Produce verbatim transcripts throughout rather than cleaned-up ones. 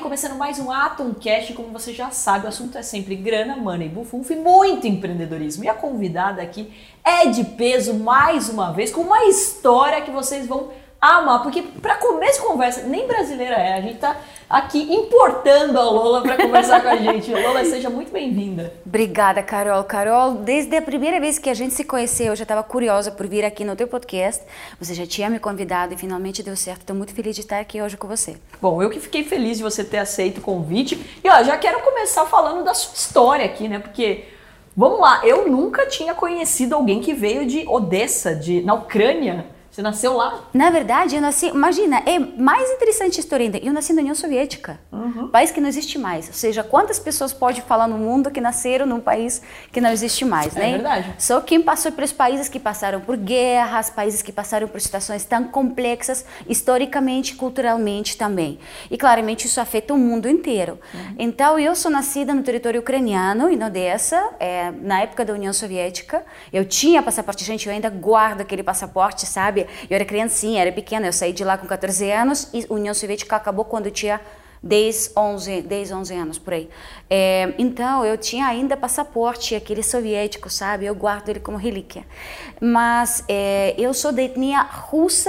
começando mais um Atomcast, como você já sabe, o assunto é sempre grana, money, bufunfa e muito empreendedorismo. E a convidada aqui é de peso mais uma vez, com uma história que vocês vão amar, porque para começo de conversa, nem brasileira é, a gente tá aqui importando a Lola para conversar com a gente. Lola, seja muito bem-vinda. Obrigada, Carol. Carol, desde a primeira vez que a gente se conheceu, eu já estava curiosa por vir aqui no teu podcast. Você já tinha me convidado e finalmente deu certo. Estou muito feliz de estar aqui hoje com você. Bom, eu que fiquei feliz de você ter aceito o convite. E ó, já quero começar falando da sua história aqui, né? Porque, vamos lá, eu nunca tinha conhecido alguém que veio de Odessa, de, na Ucrânia. Você nasceu lá? Na verdade, eu nasci... Imagina, é mais interessante a história ainda. Eu nasci na União Soviética, uhum. país que não existe mais. Ou seja, quantas pessoas pode falar no mundo que nasceram num país que não existe mais, né? É verdade. Só quem passou pelos países que passaram por guerras, países que passaram por situações tão complexas, historicamente, culturalmente também. E claramente isso afeta o mundo inteiro. Uhum. Então, eu sou nascida no território ucraniano, em Odessa, é, na época da União Soviética. Eu tinha passaporte, gente, eu ainda guardo aquele passaporte, sabe? Eu era criancinha, era pequena, eu saí de lá com quatorze anos e a União Soviética acabou quando eu tinha dez, onze, dez, onze anos, por aí. É, então, eu tinha ainda passaporte, aquele soviético, sabe? Eu guardo ele como relíquia. Mas é, eu sou da etnia russa,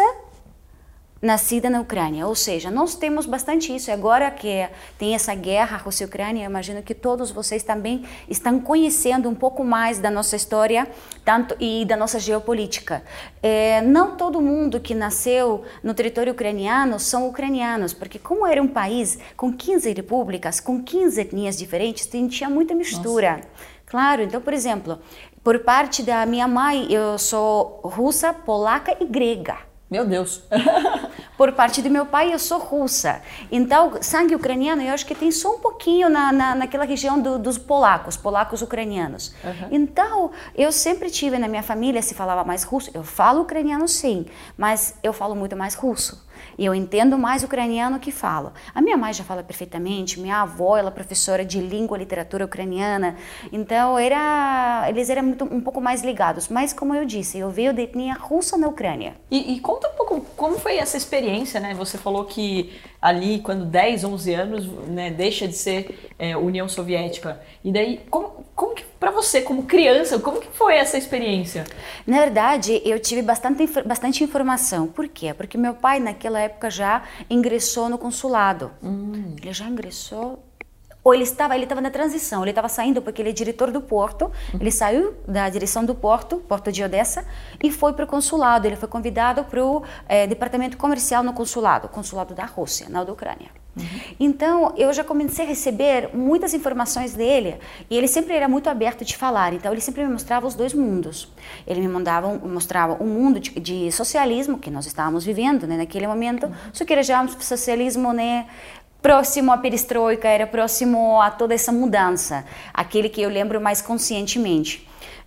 nascida na Ucrânia, ou seja, nós temos bastante isso. Agora que tem essa guerra Rússia e Ucrânia, eu imagino que todos vocês também estão conhecendo um pouco mais da nossa história tanto e da nossa geopolítica. É, não todo mundo que nasceu no território ucraniano são ucranianos, porque como era um país com quinze repúblicas, com quinze etnias diferentes, tinha muita mistura. Nossa. Claro, então, por exemplo, por parte da minha mãe, eu sou russa, polaca e grega. Meu Deus! Por parte do meu pai, eu sou russa. Então, sangue ucraniano, eu acho que tem só um pouquinho na, na, naquela região do, dos polacos, polacos ucranianos. Uhum. Então, eu sempre tive na minha família, se falava mais russo. Eu falo ucraniano sim, mas eu falo muito mais russo. E eu entendo mais ucraniano que falo. A minha mãe já fala perfeitamente, minha avó, ela é professora de língua e literatura ucraniana. Então, era, eles eram muito, um pouco mais ligados. Mas, como eu disse, eu venho da etnia russa na Ucrânia. E, e conta um pouco como foi essa experiência, né? Você falou que ali, quando dez, onze anos, né, deixa de ser é, União Soviética. E daí, como, como que, pra você, como criança, como que foi essa experiência? Na verdade, eu tive bastante, bastante informação. Por quê? Porque meu pai, naquela época, já ingressou no consulado. Hum. Ele já ingressou... Ou ele estava, ele estava na transição, ele estava saindo porque ele é diretor do porto, uhum. ele saiu da direção do porto, porto de Odessa, e foi para o consulado. Ele foi convidado para o é, departamento comercial no consulado, consulado da Rússia, não da Ucrânia. Uhum. Então, eu já comecei a receber muitas informações dele, e ele sempre era muito aberto de falar, então ele sempre me mostrava os dois mundos. Ele me mandava, mostrava um mundo de, de socialismo, que nós estávamos vivendo, né, naquele momento, uhum. só que era já um socialismo, né, próximo à perestroika, era próximo a toda essa mudança, aquele que eu lembro mais conscientemente.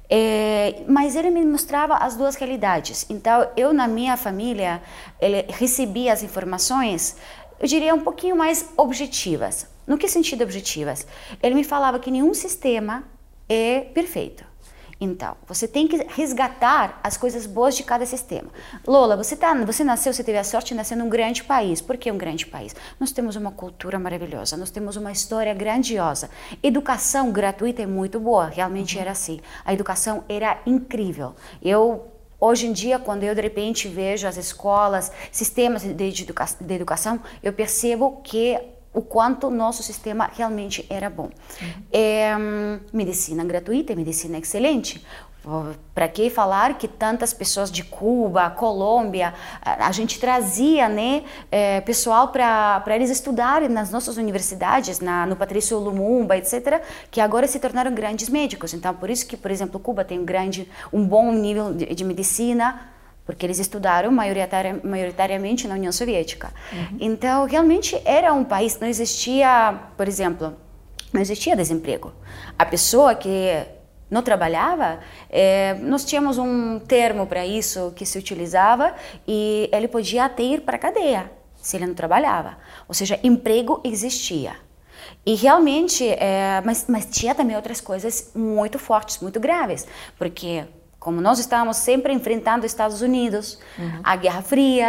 É, mas ele me mostrava as duas realidades. Então, eu na minha família ele, recebia as informações, eu diria um pouquinho mais objetivas. No que sentido objetivas? Ele me falava que nenhum sistema é perfeito. Então, você tem que resgatar as coisas boas de cada sistema. Lola, você, tá, você nasceu, você teve a sorte de nascer num grande país. Por que um grande país? Nós temos uma cultura maravilhosa, nós temos uma história grandiosa. Educação gratuita é muito boa, realmente uhum. era assim. A educação era incrível. Eu... Hoje em dia, quando eu de repente vejo as escolas, sistemas de, educa de educação, eu percebo que o quanto o nosso sistema realmente era bom. Uhum. É, medicina gratuita, medicina excelente. Para que falar que tantas pessoas de Cuba, Colômbia, a, a gente trazia, né, é, pessoal para eles estudarem nas nossas universidades, na, no Patrício Lumumba, etcétera, que agora se tornaram grandes médicos. Então, por isso que, por exemplo, Cuba tem um, grande, um bom nível de, de medicina, porque eles estudaram maioritari maioritariamente na União Soviética. Uhum. Então, realmente era um país, não existia, por exemplo, não existia desemprego. A pessoa que não trabalhava, é, nós tínhamos um termo para isso que se utilizava e ele podia até ir para a cadeia se ele não trabalhava. Ou seja, emprego existia. E realmente, é, mas, mas tinha também outras coisas muito fortes, muito graves, porque como nós estávamos sempre enfrentando os Estados Unidos, uhum. a Guerra Fria,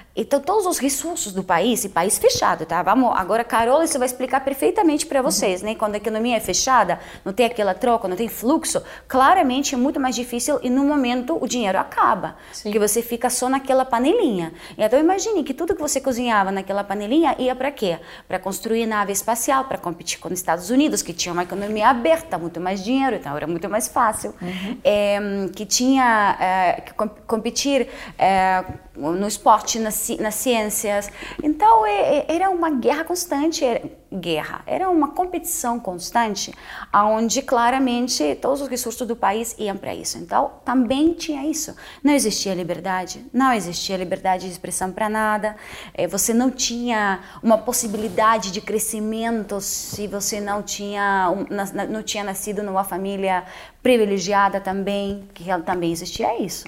Então, todos os recursos do país, e país fechado, tá? Vamos, agora, Carol, isso vai explicar perfeitamente para vocês, né? Quando a economia é fechada, não tem aquela troca, não tem fluxo, claramente é muito mais difícil e, no momento, o dinheiro acaba. Sim. Porque você fica só naquela panelinha. Então, imagine que tudo que você cozinhava naquela panelinha ia para quê? Para construir nave espacial, para competir com os Estados Unidos, que tinha uma economia aberta, muito mais dinheiro, então era muito mais fácil. Uhum. É, que tinha é, que competir é, no esporte, nas, nas ciências. Então, é, era uma guerra constante, era, guerra, era uma competição constante, onde claramente todos os recursos do país iam para isso. Então, também tinha isso. Não existia liberdade, não existia liberdade de expressão para nada, é, você não tinha uma possibilidade de crescimento se você não tinha, um, não tinha nascido numa família privilegiada também, que também existia isso.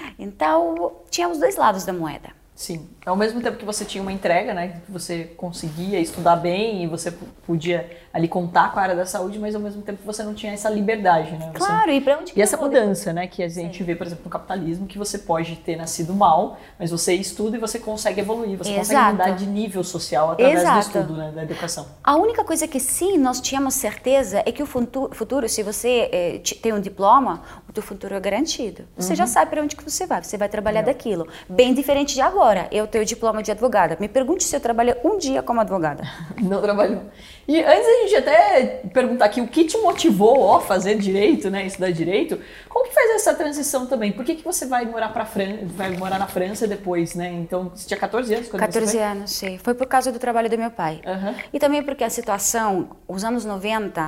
Então, tinha os dois lados da moeda. Sim, ao mesmo tempo que você tinha uma entrega, né, que você conseguia estudar bem e você podia ali contar com a área da saúde, mas ao mesmo tempo você não tinha essa liberdade, né? Você... Claro, e para onde que E essa mudança, né, que a gente Sim. vê, por exemplo, no capitalismo, que você pode ter nascido mal, mas você estuda e você consegue evoluir, você Exato. consegue mudar de nível social através Exato. do estudo, né, da educação. A única coisa que sim, nós tínhamos certeza é que o futuro, se você eh, tem um diploma, o teu futuro é garantido. Você uhum. já sabe para onde que você vai, você vai trabalhar Não. daquilo. Bem diferente de agora, eu tenho diploma de advogada. Me pergunte se eu trabalhei um dia como advogada. Não trabalhou. E antes a gente até perguntar aqui o que te motivou a fazer direito, né, estudar direito, como que faz essa transição também? Por que que você vai morar para Fran... vai morar na França depois, né? Então, você tinha quatorze anos quando quatorze você foi? anos, sim. Foi por causa do trabalho do meu pai. Uhum. E também porque a situação, os anos noventa,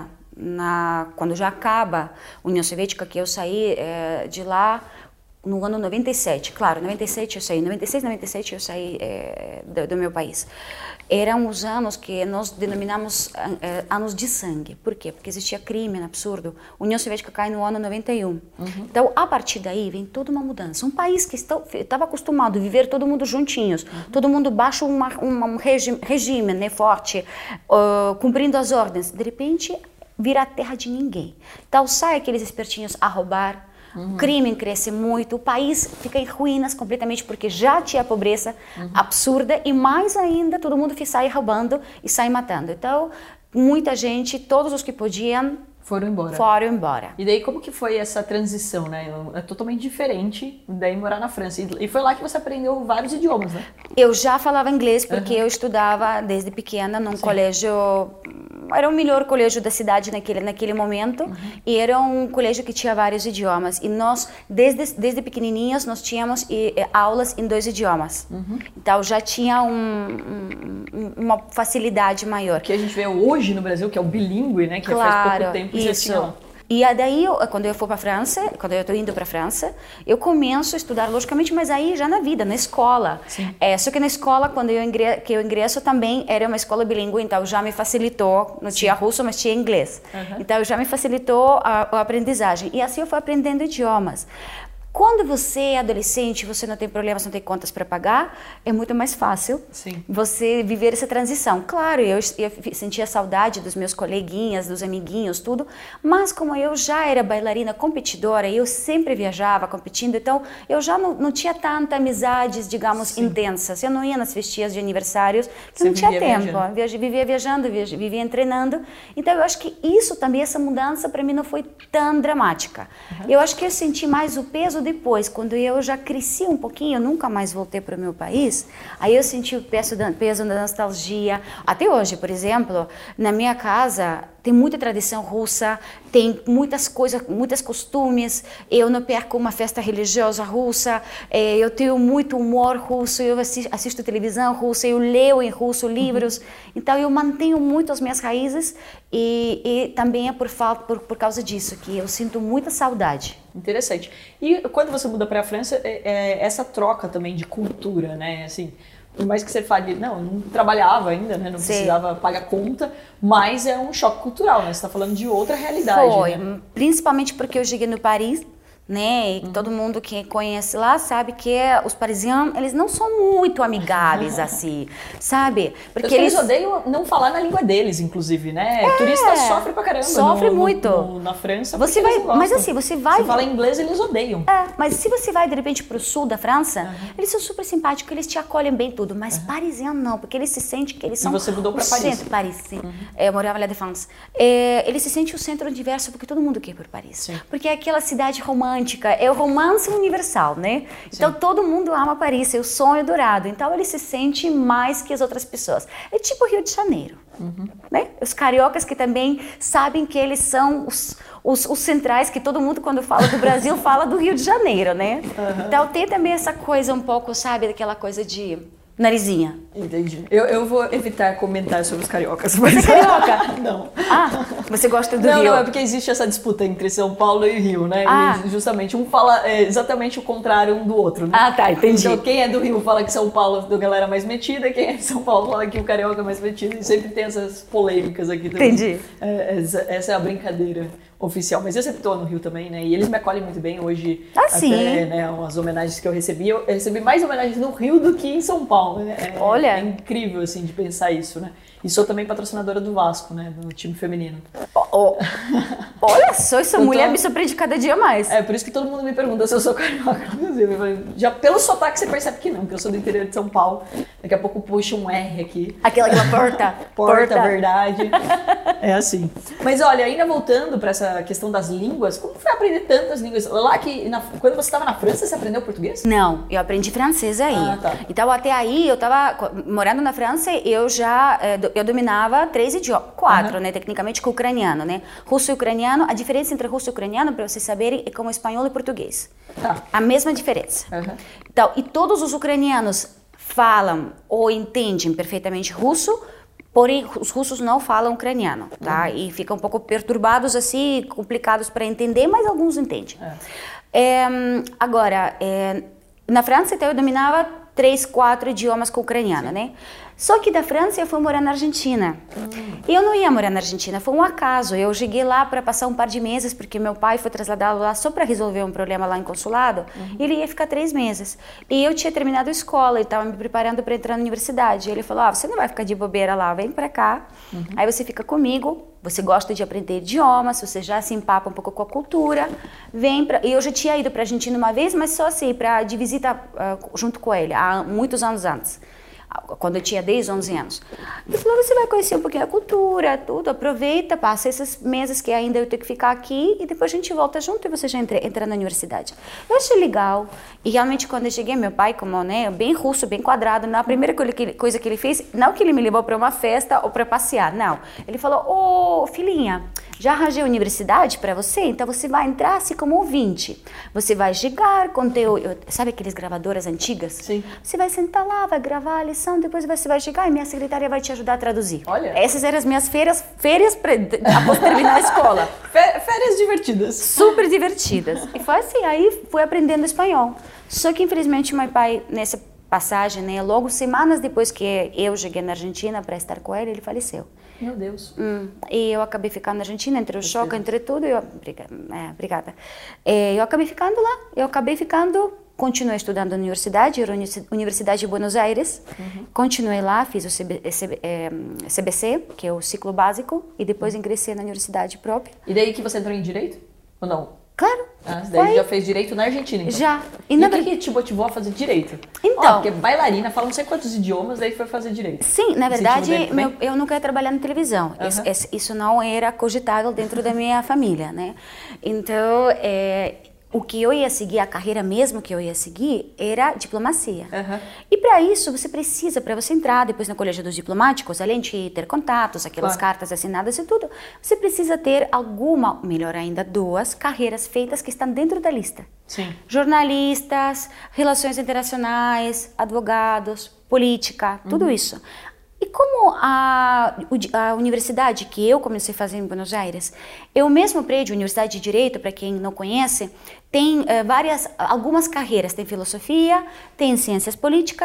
na, quando já acaba a União Soviética, que eu saí é, de lá no ano noventa e sete, claro, noventa e sete eu saí, noventa e seis, noventa e sete eu saí é, do, do meu país. Eram os anos que nós denominamos é, anos de sangue. Por quê? Porque existia crime absurdo. A União Soviética cai no ano noventa e um. Uhum. Então, a partir daí, vem toda uma mudança. Um país que estava acostumado a viver todo mundo juntinhos, uhum. todo mundo baixo uma, uma, um regime, regime né, forte, uh, cumprindo as ordens. De repente, vira a terra de ninguém. Então, sai aqueles espertinhos a roubar, Uhum. o crime cresce muito, o país fica em ruínas completamente porque já tinha pobreza uhum. absurda e mais ainda todo mundo sai roubando e sai matando. Então, muita gente, todos os que podiam, foram embora. Foram embora. E daí como que foi essa transição, né? É totalmente diferente daí morar na França. E foi lá que você aprendeu vários idiomas, né? Eu já falava inglês porque uhum. eu estudava desde pequena num Sim. colégio... Era o melhor colégio da cidade naquele, naquele momento uhum. e era um colégio que tinha vários idiomas. E nós, desde, desde pequenininhos, nós tínhamos e, e, aulas em dois idiomas. Uhum. Então já tinha um, um, uma facilidade maior. Que a gente vê hoje no Brasil, que é o bilíngue, né? Que claro, faz pouco tempo isso. já tinha... E daí, quando eu for para a França, quando eu estou indo para a França, eu começo a estudar, logicamente, mas aí já na vida, na escola. É, só que na escola, quando eu ingresso, que eu ingresso também, era uma escola bilíngue, então já me facilitou, não Sim. tinha russo, mas tinha inglês. Uhum. Então já me facilitou a, a aprendizagem. E assim eu fui aprendendo idiomas. Quando você é adolescente, você não tem problemas, não tem contas para pagar, é muito mais fácil Sim. você viver essa transição. Claro, eu, eu sentia saudade dos meus coleguinhas, dos amiguinhos, tudo, mas como eu já era bailarina competidora, eu sempre viajava competindo, então eu já não, não tinha tanta amizades, digamos, Sim. intensas. Eu não ia nas festinhas de aniversários, que não tinha tempo. Viajando. Vivia viajando, vivia treinando. Então eu acho que isso também, essa mudança para mim não foi tão dramática. Uhum. Eu acho que eu senti mais o peso depois, quando eu já cresci um pouquinho, eu nunca mais voltei para o meu país, aí eu senti o peso da, peso da nostalgia. Até hoje, por exemplo, na minha casa tem muita tradição russa, tem muitas coisas, muitos costumes, eu não perco uma festa religiosa russa, eu tenho muito humor russo, eu assisto, assisto televisão russa, eu leio em russo livros, uhum. então eu mantenho muito as minhas raízes e, e também é por, falta, por, por causa disso, que eu sinto muita saudade. Interessante. E quando você muda para a França, é, é essa troca também de cultura, né? Assim, por mais que você fale, não, não trabalhava ainda, né? Não Sim. precisava pagar conta, mas é um choque cultural, né? Você está falando de outra realidade. Foi, né? Principalmente porque eu cheguei no Paris, né? E uhum. todo mundo que conhece lá sabe que os parisianos, eles não são muito amigáveis, assim, sabe? Porque eles... eles odeiam não falar na língua deles, inclusive, né? É, turista sofre pra caramba. Sofre no, muito. No, no, na França, você vai, mas assim, você vai... Você fala inglês, eles odeiam. É, mas se você vai, de repente, pro sul da França, uhum. eles são super simpáticos, eles te acolhem bem tudo, mas uhum. parisiano não, porque eles se sentem que eles são... E você mudou pra o Paris. Centro, Paris, sim. Uhum. Eu morava lá de France. É, eles se sentem o centro universo porque todo mundo quer ir por Paris. Sim. Porque é aquela cidade romântica, é o romance universal, né? Então Sim. todo mundo ama Paris, é o sonho dourado. Então ele se sente mais que as outras pessoas. É tipo Rio de Janeiro, uhum. né? Os cariocas que também sabem que eles são os, os, os centrais, que todo mundo quando fala do Brasil fala do Rio de Janeiro, né? Uhum. Então tem também essa coisa um pouco, sabe, daquela coisa de narizinha. Entendi. Eu, eu vou evitar comentar sobre os cariocas. Mas... Você é carioca? Não. Ah, você gosta do não, Rio? Não, é porque existe essa disputa entre São Paulo e Rio, né? Ah. E justamente um fala é, exatamente o contrário um do outro, né? Ah, tá, entendi. Então quem é do Rio fala que São Paulo é a galera mais metida, quem é de São Paulo fala que o carioca é mais metido, e sempre tem essas polêmicas aqui também. Entendi. É, essa, essa é a brincadeira oficial. Mas eu sempre estou no Rio também, né? E eles me acolhem muito bem hoje. Ah, até, sim? Né, as homenagens que eu recebi, eu recebi mais homenagens no Rio do que em São Paulo, né? É, Olha. É incrível, assim, de pensar isso, né? E sou também patrocinadora do Vasco, né? Do time feminino. Oh, oh. Olha só, essa eu mulher tô... me surpreende cada dia mais. É, por isso que todo mundo me pergunta se eu sou carioca. Já pelo sotaque você percebe que não, que eu sou do interior de São Paulo. Daqui a pouco puxa um R aqui. Aquela, aquela porta. porta, porta, verdade. É assim. Mas olha, ainda voltando para essa questão das línguas, como foi aprender tantas línguas? Lá que, na, quando você estava na França, você aprendeu português? Não, eu aprendi francês aí. Ah, tá. Então até aí, eu estava morando na França, eu já eu dominava três idiomas, quatro, uhum. né, tecnicamente, com o ucraniano, né? Russo e ucraniano, a diferença entre russo e ucraniano, para vocês saberem, é como espanhol e português. Tá. A mesma diferença. Uhum. Então, e todos os ucranianos falam ou entendem perfeitamente russo, porém os russos não falam ucraniano, tá? Uhum. E ficam um pouco perturbados assim, complicados para entender, mas alguns entendem. É. É, agora, é, na França, então, eu dominava três, quatro idiomas com o ucraniano, Sim. né? Só que da França eu fui morar na Argentina. Hum. Eu não ia morar na Argentina, foi um acaso. Eu cheguei lá para passar um par de meses, porque meu pai foi trasladado lá só para resolver um problema lá em consulado. Uhum. E ele ia ficar três meses. E eu tinha terminado a escola e estava me preparando para entrar na universidade. E ele falou, ah, você não vai ficar de bobeira lá, vem para cá. Uhum. Aí você fica comigo, você gosta de aprender idiomas, você já se empapa um pouco com a cultura. Vem pra... E eu já tinha ido para a Argentina uma vez, mas só assim, pra, de visita uh, junto com ele, há muitos anos antes. Quando eu tinha dez, onze anos. Ele falou, você vai conhecer um pouquinho a cultura, tudo, aproveita, passa esses meses que ainda eu tenho que ficar aqui e depois a gente volta junto e você já entra, entra na universidade. Eu achei legal. E realmente quando eu cheguei, meu pai, como, né, bem russo, bem quadrado, na primeira coisa que ele fez, não que ele me levou para uma festa ou para passear, não. Ele falou, ô, oh, filhinha, já arranjei universidade para você, então você vai entrar assim como ouvinte. Você vai chegar com teu... Sabe aqueles gravadoras antigas? Sim. Você vai sentar lá, vai gravar a lição, depois você vai chegar e minha secretária vai te ajudar a traduzir. Olha. Essas eram as minhas férias, férias pra, após terminar a escola. Férias divertidas. Super divertidas. E foi assim, aí fui aprendendo espanhol. Só que infelizmente meu pai, nessa passagem, né, logo semanas depois que eu cheguei na Argentina para estar com ele, ele faleceu. Meu Deus. Hum, e eu acabei ficando na Argentina, entre o choque, entre tudo, eu, é, obrigada. É, eu acabei ficando lá, eu acabei ficando, continuei estudando na universidade, era a Universidade de Buenos Aires, uhum. continuei lá, fiz o C B, é, C B C, que é o ciclo básico, e depois ingressei na universidade própria. E daí que você entrou em Direito? Ou não? Claro. Ah, daí já fez Direito na Argentina, então. Já. E, e o que, que te motivou a fazer Direito? Então... Oh, porque bailarina, fala não sei quantos idiomas, daí foi fazer Direito. Sim, na verdade, meu, eu nunca ia trabalhar na televisão. Uhum. Isso, isso não era cogitável dentro da minha família, né? Então, é, o que eu ia seguir, a carreira mesmo que eu ia seguir, era diplomacia. Uhum. E para isso, você precisa, para você entrar depois no colégio dos diplomáticos, além de ter contatos, aquelas claro. cartas assinadas e tudo, você precisa ter alguma, melhor ainda, duas carreiras feitas que estão dentro da lista. Sim. Jornalistas, relações internacionais, advogados, política, tudo uhum. isso. E como a, a universidade que eu comecei a fazer em Buenos Aires, é o mesmo prédio, Universidade de Direito, para quem não conhece, tem uh, várias, algumas carreiras, tem filosofia, tem ciências políticas,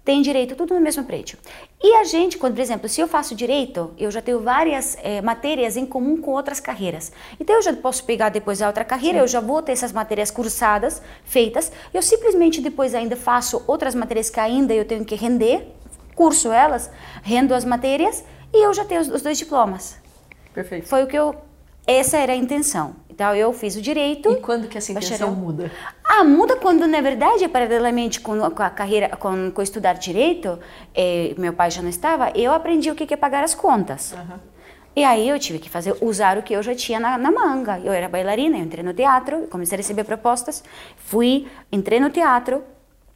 tem direito, tudo no mesmo prédio. E a gente, quando, por exemplo, se eu faço direito, eu já tenho várias é, matérias em comum com outras carreiras. Então eu já posso pegar depois a outra carreira, Sim. eu já vou ter essas matérias cursadas, feitas, eu simplesmente depois ainda faço outras matérias que ainda eu tenho que render, curso elas, rendo as matérias e eu já tenho os, os dois diplomas. Perfeito. Foi o que eu... Essa era a intenção. Então, eu fiz o direito... E quando que essa intenção muda? Ah, muda quando, na verdade, paralelamente com a carreira, com, com estudar direito, eh, meu pai já não estava, eu aprendi o que é pagar as contas. Uhum. E aí eu tive que fazer, usar o que eu já tinha na, na manga. Eu era bailarina, eu entrei no teatro, comecei a receber propostas, fui, entrei no teatro,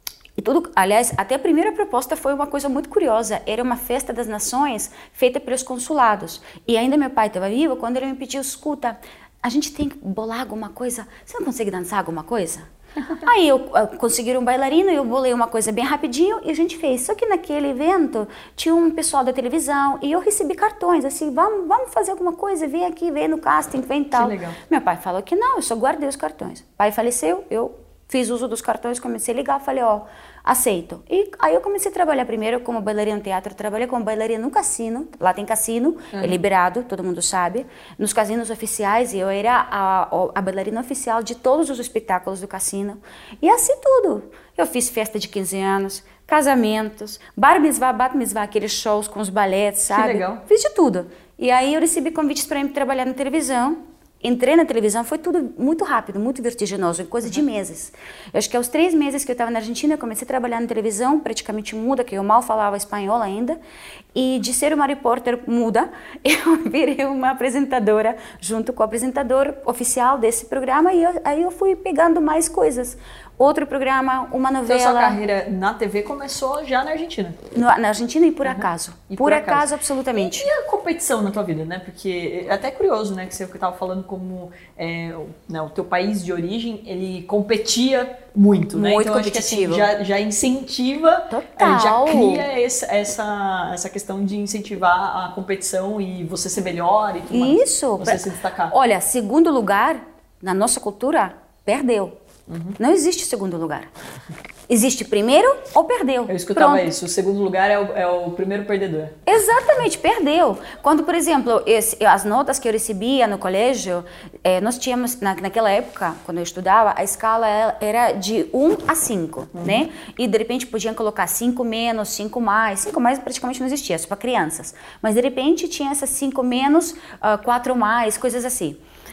e tudo, aliás, até a primeira proposta foi uma coisa muito curiosa. Era uma festa das nações feita pelos consulados. E ainda meu pai estava vivo quando ele me pediu, escuta, a gente tem que bolar alguma coisa. Você não consegue dançar alguma coisa? Aí eu, eu consegui um bailarino, eu bolei uma coisa bem rapidinho e a gente fez. Só que naquele evento tinha um pessoal da televisão e eu recebi cartões, assim, vamos, vamos fazer alguma coisa, vem aqui, vem no casting, vem tal. Que legal. Meu pai falou que não, eu só guardei os cartões. Pai faleceu, eu fiz uso dos cartões, comecei a ligar, falei, ó, aceito. E aí eu comecei a trabalhar primeiro como bailarina no teatro, trabalhei como bailarina no cassino, lá tem cassino, uhum. é liberado, todo mundo sabe, nos casinos oficiais, e eu era a, a bailarina oficial de todos os espetáculos do cassino. E assim tudo. Eu fiz festa de quinze anos, casamentos, bar mitzvah, bat mitzvah, aqueles shows com os balletes, sabe? Que legal. Fiz de tudo. E aí eu recebi convites para ir trabalhar na televisão. Entrei na televisão, foi tudo muito rápido, muito vertiginoso, em coisa de meses. Eu acho que aos três meses que eu estava na Argentina, eu comecei a trabalhar na televisão, praticamente muda, que eu mal falava espanhol ainda. E de ser uma repórter muda, eu virei uma apresentadora, junto com o apresentador oficial desse programa, e eu, aí eu fui pegando mais coisas. Outro programa, uma novela... Então, sua carreira na T V começou já na Argentina? No, na Argentina e por uhum. acaso. E por, por acaso, acaso, absolutamente. E, e a competição na tua vida, né? Porque é até curioso, né? Que você estava falando como é, né, o teu país de origem, ele competia muito, né? Muito então, competitivo. Acho que, assim, já, já incentiva, Total. É, já cria esse, essa, essa questão de incentivar a competição e você ser melhor e tudo mais. Isso. Você pra, se destacar. Olha, segundo lugar, na nossa cultura, perdeu. Uhum. Não existe segundo lugar. Existe primeiro ou perdeu. Eu escutava Pronto. isso. O segundo lugar é o, é o primeiro perdedor. Exatamente, perdeu. Quando, por exemplo, esse, as notas que eu recebia no colégio, eh, nós tínhamos, na, naquela época, quando eu estudava, a escala era de um a cinco, uhum. né? E de repente podiam colocar cinco menos, cinco mais. cinco mais praticamente não existia, só para crianças. Mas de repente tinha essas cinco menos, uh, quatro mais, coisas assim.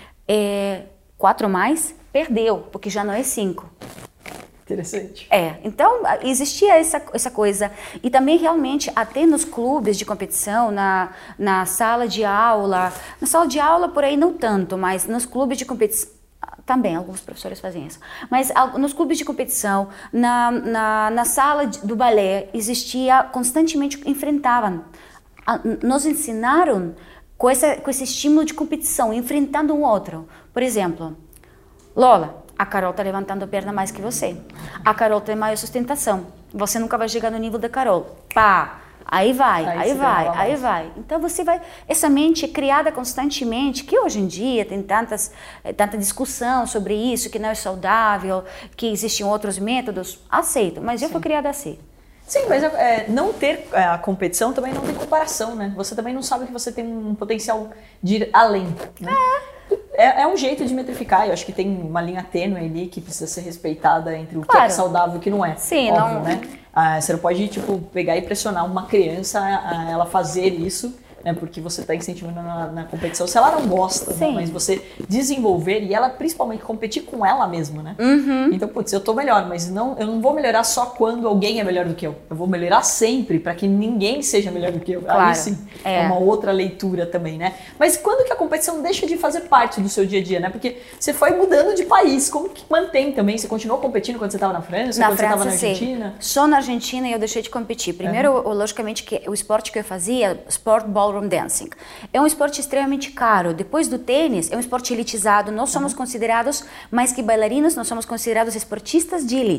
É, quatro mais, perdeu, porque já não é cinco. Interessante. É, então existia essa, essa coisa. E também realmente, até nos clubes de competição, na, na sala de aula, na sala de aula por aí não tanto, mas nos clubes de competição, também alguns professores fazem isso, mas nos clubes de competição, na, na, na sala do balé, existia, constantemente enfrentavam. Nos ensinaram com, essa, com esse estímulo de competição, enfrentando um outro. Por exemplo, Lola, a Carol está levantando a perna mais que você. A Carol tem maior sustentação. Você nunca vai chegar no nível da Carol. Pá! Aí vai, aí, aí vai, aí mais. vai. Então você vai... Essa mente é criada constantemente, que hoje em dia tem tantas, tanta discussão sobre isso, que não é saudável, que existem outros métodos. Aceito, mas Sim. eu fui criada assim. Sim, mas é, não ter a competição também não tem comparação, né? Você também não sabe que você tem um potencial de ir além, né? É. É, é um jeito de metrificar, eu acho que tem uma linha tênue ali que precisa ser respeitada entre o claro. que é saudável e o que não é. Sim, óbvio, não... né? Ah, você não pode, tipo, pegar e pressionar uma criança a ela fazer isso, né? Porque você está incentivando na, na competição. Se ela não gosta, né? Mas você desenvolver e ela principalmente competir com ela mesma, né? Uhum. Então, putz, eu tô melhor, mas não, eu não vou melhorar só quando alguém é melhor do que eu. Eu vou melhorar sempre para que ninguém seja melhor do que eu. Claro. Aí sim, é. é uma outra leitura também, né? Mas quando que a competição deixa de fazer parte do seu dia a dia, né? Porque você foi mudando de país, como que mantém também? Você continuou competindo quando você estava na França, na quando França, você estava na Argentina? Sim. Só na Argentina eu deixei de competir. Primeiro, uhum. logicamente, que o esporte que eu fazia, sport ballroom dancing, é um esporte extremamente caro. Depois do tênis, é um esporte elitizado. Nós somos uhum. considerados, mais que bailarinos, nós somos considerados esportistas de elite.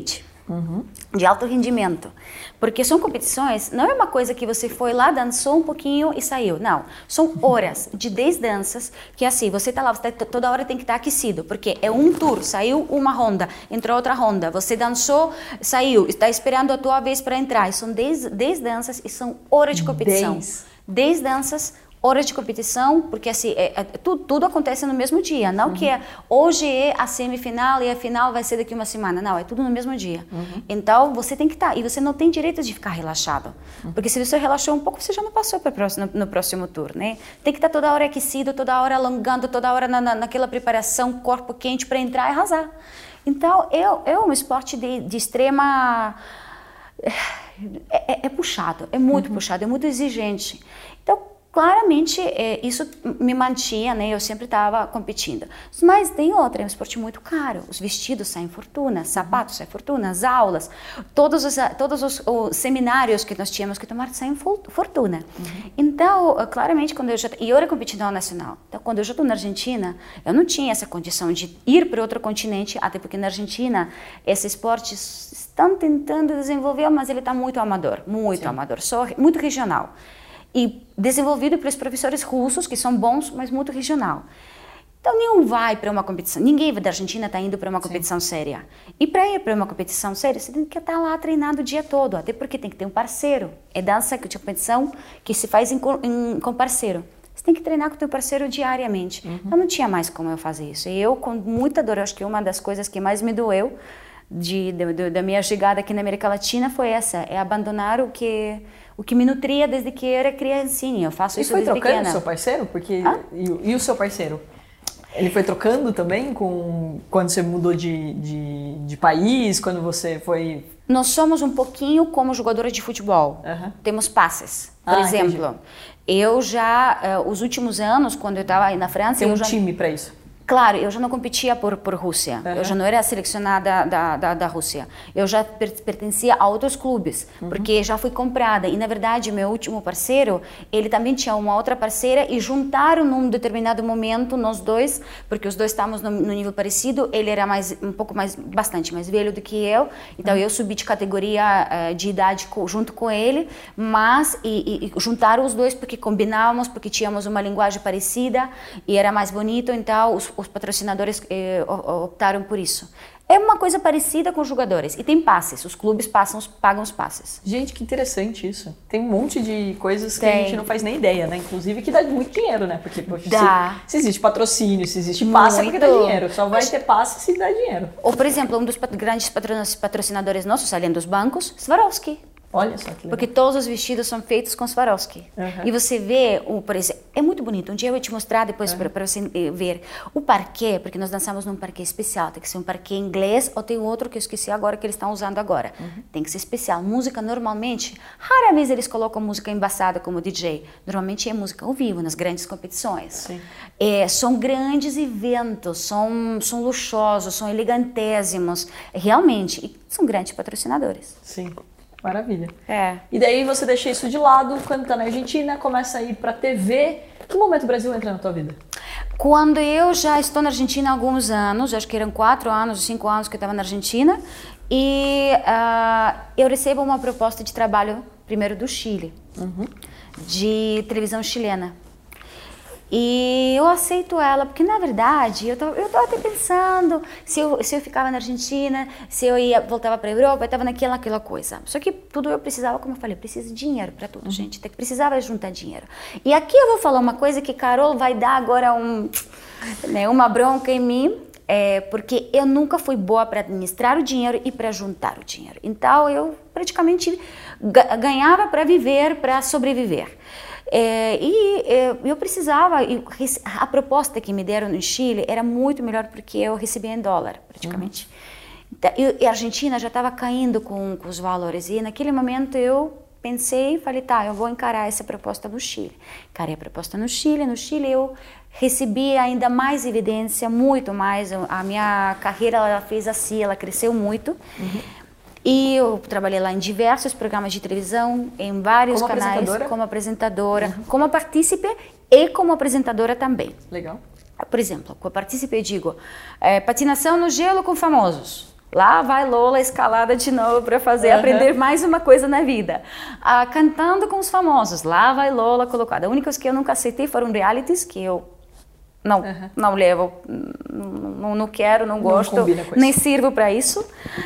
Uhum. De alto rendimento. Porque são competições, não é uma coisa que você foi lá, dançou um pouquinho e saiu. Não, são horas de dez danças que assim, você tá lá, você tá, toda hora tem que estar aquecido, porque é um tour, saiu uma ronda, entrou outra ronda, você dançou, saiu, está esperando a tua vez para entrar. E são dez danças e são horas de competição. dez danças, horas de competição, porque assim, é, é, tudo, tudo acontece no mesmo dia, não uhum. que é, hoje é a semifinal e a final vai ser daqui uma semana, não, é tudo no mesmo dia. Uhum. Então, você tem que estar, e você não tem direito de ficar relaxado, uhum. porque se você relaxou um pouco, você já não passou para próximo, no, no próximo tour, né? Tem que estar toda hora aquecido, toda hora alongando, toda hora na, na, naquela preparação, corpo quente para entrar e arrasar. Então, é, é um esporte de, de extrema... É, é, é puxado, é muito uhum. puxado, é muito exigente. Então, claramente, é, isso me mantinha, né? Eu sempre estava competindo. Mas tem outra, é um esporte muito caro. Os vestidos saem fortuna, sapatos saem fortuna, as aulas, todos os, todos os, os seminários que nós tínhamos que tomar saem fortuna. Uhum. Então, claramente, quando eu já... E eu era competidora nacional. Então, quando eu já estou na Argentina, eu não tinha essa condição de ir para outro continente, até porque na Argentina, esse esporte estão tentando desenvolver, mas ele está muito amador, muito Sim. amador, só, muito regional. E desenvolvido pelos professores russos, que são bons, mas muito regional. Então, nenhum vai para uma competição, ninguém da Argentina está indo para uma competição Sim. séria. E para ir para uma competição séria, você tem que estar lá treinando o dia todo, até porque tem que ter um parceiro. É dança de competição que se faz em, em, com parceiro. Você tem que treinar com o teu parceiro diariamente. Uhum. Então, não tinha mais como eu fazer isso. E eu, com muita dor, acho que uma das coisas que mais me doeu de, de, de, da minha chegada aqui na América Latina foi essa, é abandonar o que... o que me nutria desde que eu era criancinha. Eu faço e isso desde pequena. E foi trocando o seu parceiro? Porque, e, e o seu parceiro? Ele foi trocando também com, quando você mudou de, de, de país, quando você foi... Nós somos um pouquinho como jogadores de futebol. Uhum. Temos passes. Por ah, exemplo, entendi. eu já, uh, os últimos anos, quando eu estava aí na França... Tem um eu já... time para isso? Claro, eu já não competia por, por Rússia, uhum. eu já não era selecionada da, da, da Rússia, eu já per, pertencia a outros clubes, uhum. porque já fui comprada e na verdade meu último parceiro, ele também tinha uma outra parceira e juntaram num determinado momento nós dois, porque os dois estávamos no, no nível parecido, ele era mais, um pouco mais, bastante mais velho do que eu, então uhum. eu subi de categoria uh, de idade co, junto com ele, mas e, e, e juntaram os dois porque combinávamos, porque tínhamos uma linguagem parecida e era mais bonito, então os os patrocinadores eh, optaram por isso. É uma coisa parecida com os jogadores. E tem passes, os clubes passam, pagam os passes. Gente, que interessante isso. Tem um monte de coisas tem. que a gente não faz nem ideia, né? Inclusive que dá muito dinheiro, né? Porque poxa, dá. Se, se existe patrocínio, se existe passe, é porque dá dinheiro. Só vai Mas... ter passe se dá dinheiro. Ou, por exemplo, um dos grandes patrocinadores nossos, além dos bancos, Swarovski. Olha só que legal. Porque todos os vestidos são feitos com Swarovski. Uhum. E você vê, o, por exemplo, é muito bonito. Um dia eu vou te mostrar depois uhum. para você ver o parquet, porque nós dançamos num parquet especial. Tem que ser um parquet inglês ou tem outro que eu esqueci agora que eles estão usando agora. Uhum. Tem que ser especial. Música normalmente, rara vez eles colocam música embaçada como D J. Normalmente é música ao vivo nas grandes competições. É, são grandes eventos, são, são luxuosos, são elegantésimos. Realmente, e são grandes patrocinadores. Sim. Maravilha. É. E daí você deixa isso de lado, quando tá na Argentina, começa a ir pra T V. Que momento o Brasil entra na tua vida? Quando eu já estou na Argentina há alguns anos, acho que eram quatro anos, cinco anos que eu estava na Argentina, e uh, eu recebo uma proposta de trabalho, primeiro do Chile, uhum. de televisão chilena. E eu aceito ela, porque na verdade eu tô, eu tô até pensando se eu, se eu ficava na Argentina, se eu ia, voltava para a Europa, eu estava naquela aquela coisa. Só que tudo eu precisava, como eu falei, eu preciso de dinheiro para tudo, uhum. gente. Eu precisava juntar dinheiro. E aqui eu vou falar uma coisa que Carol vai dar agora um, né, uma bronca em mim, é, porque eu nunca fui boa para administrar o dinheiro e para juntar o dinheiro. Então eu praticamente ganhava para viver, para sobreviver. É, e é, eu precisava, a proposta que me deram no Chile era muito melhor porque eu recebia em dólar, praticamente. Uhum. E a Argentina já estava caindo com, com os valores, e naquele momento eu pensei e falei, tá, eu vou encarar essa proposta no Chile. Encarei a proposta no Chile, no Chile eu recebi ainda mais evidência, muito mais, a minha carreira ela fez assim, ela cresceu muito. Uhum. E eu trabalhei lá em diversos programas de televisão, em vários como canais, apresentadora? como apresentadora, uhum. como partícipe e como apresentadora também. Legal. Por exemplo, com a partícipe eu digo, é, patinação no gelo com famosos. Lá vai Lola escalada de novo para fazer, uhum. aprender mais uma coisa na vida. Ah, cantando com os famosos, lá vai Lola colocada. A única coisa que eu nunca aceitei foram realities, que eu não, uhum. não levo, não, não quero, não gosto, não nem sirvo para isso.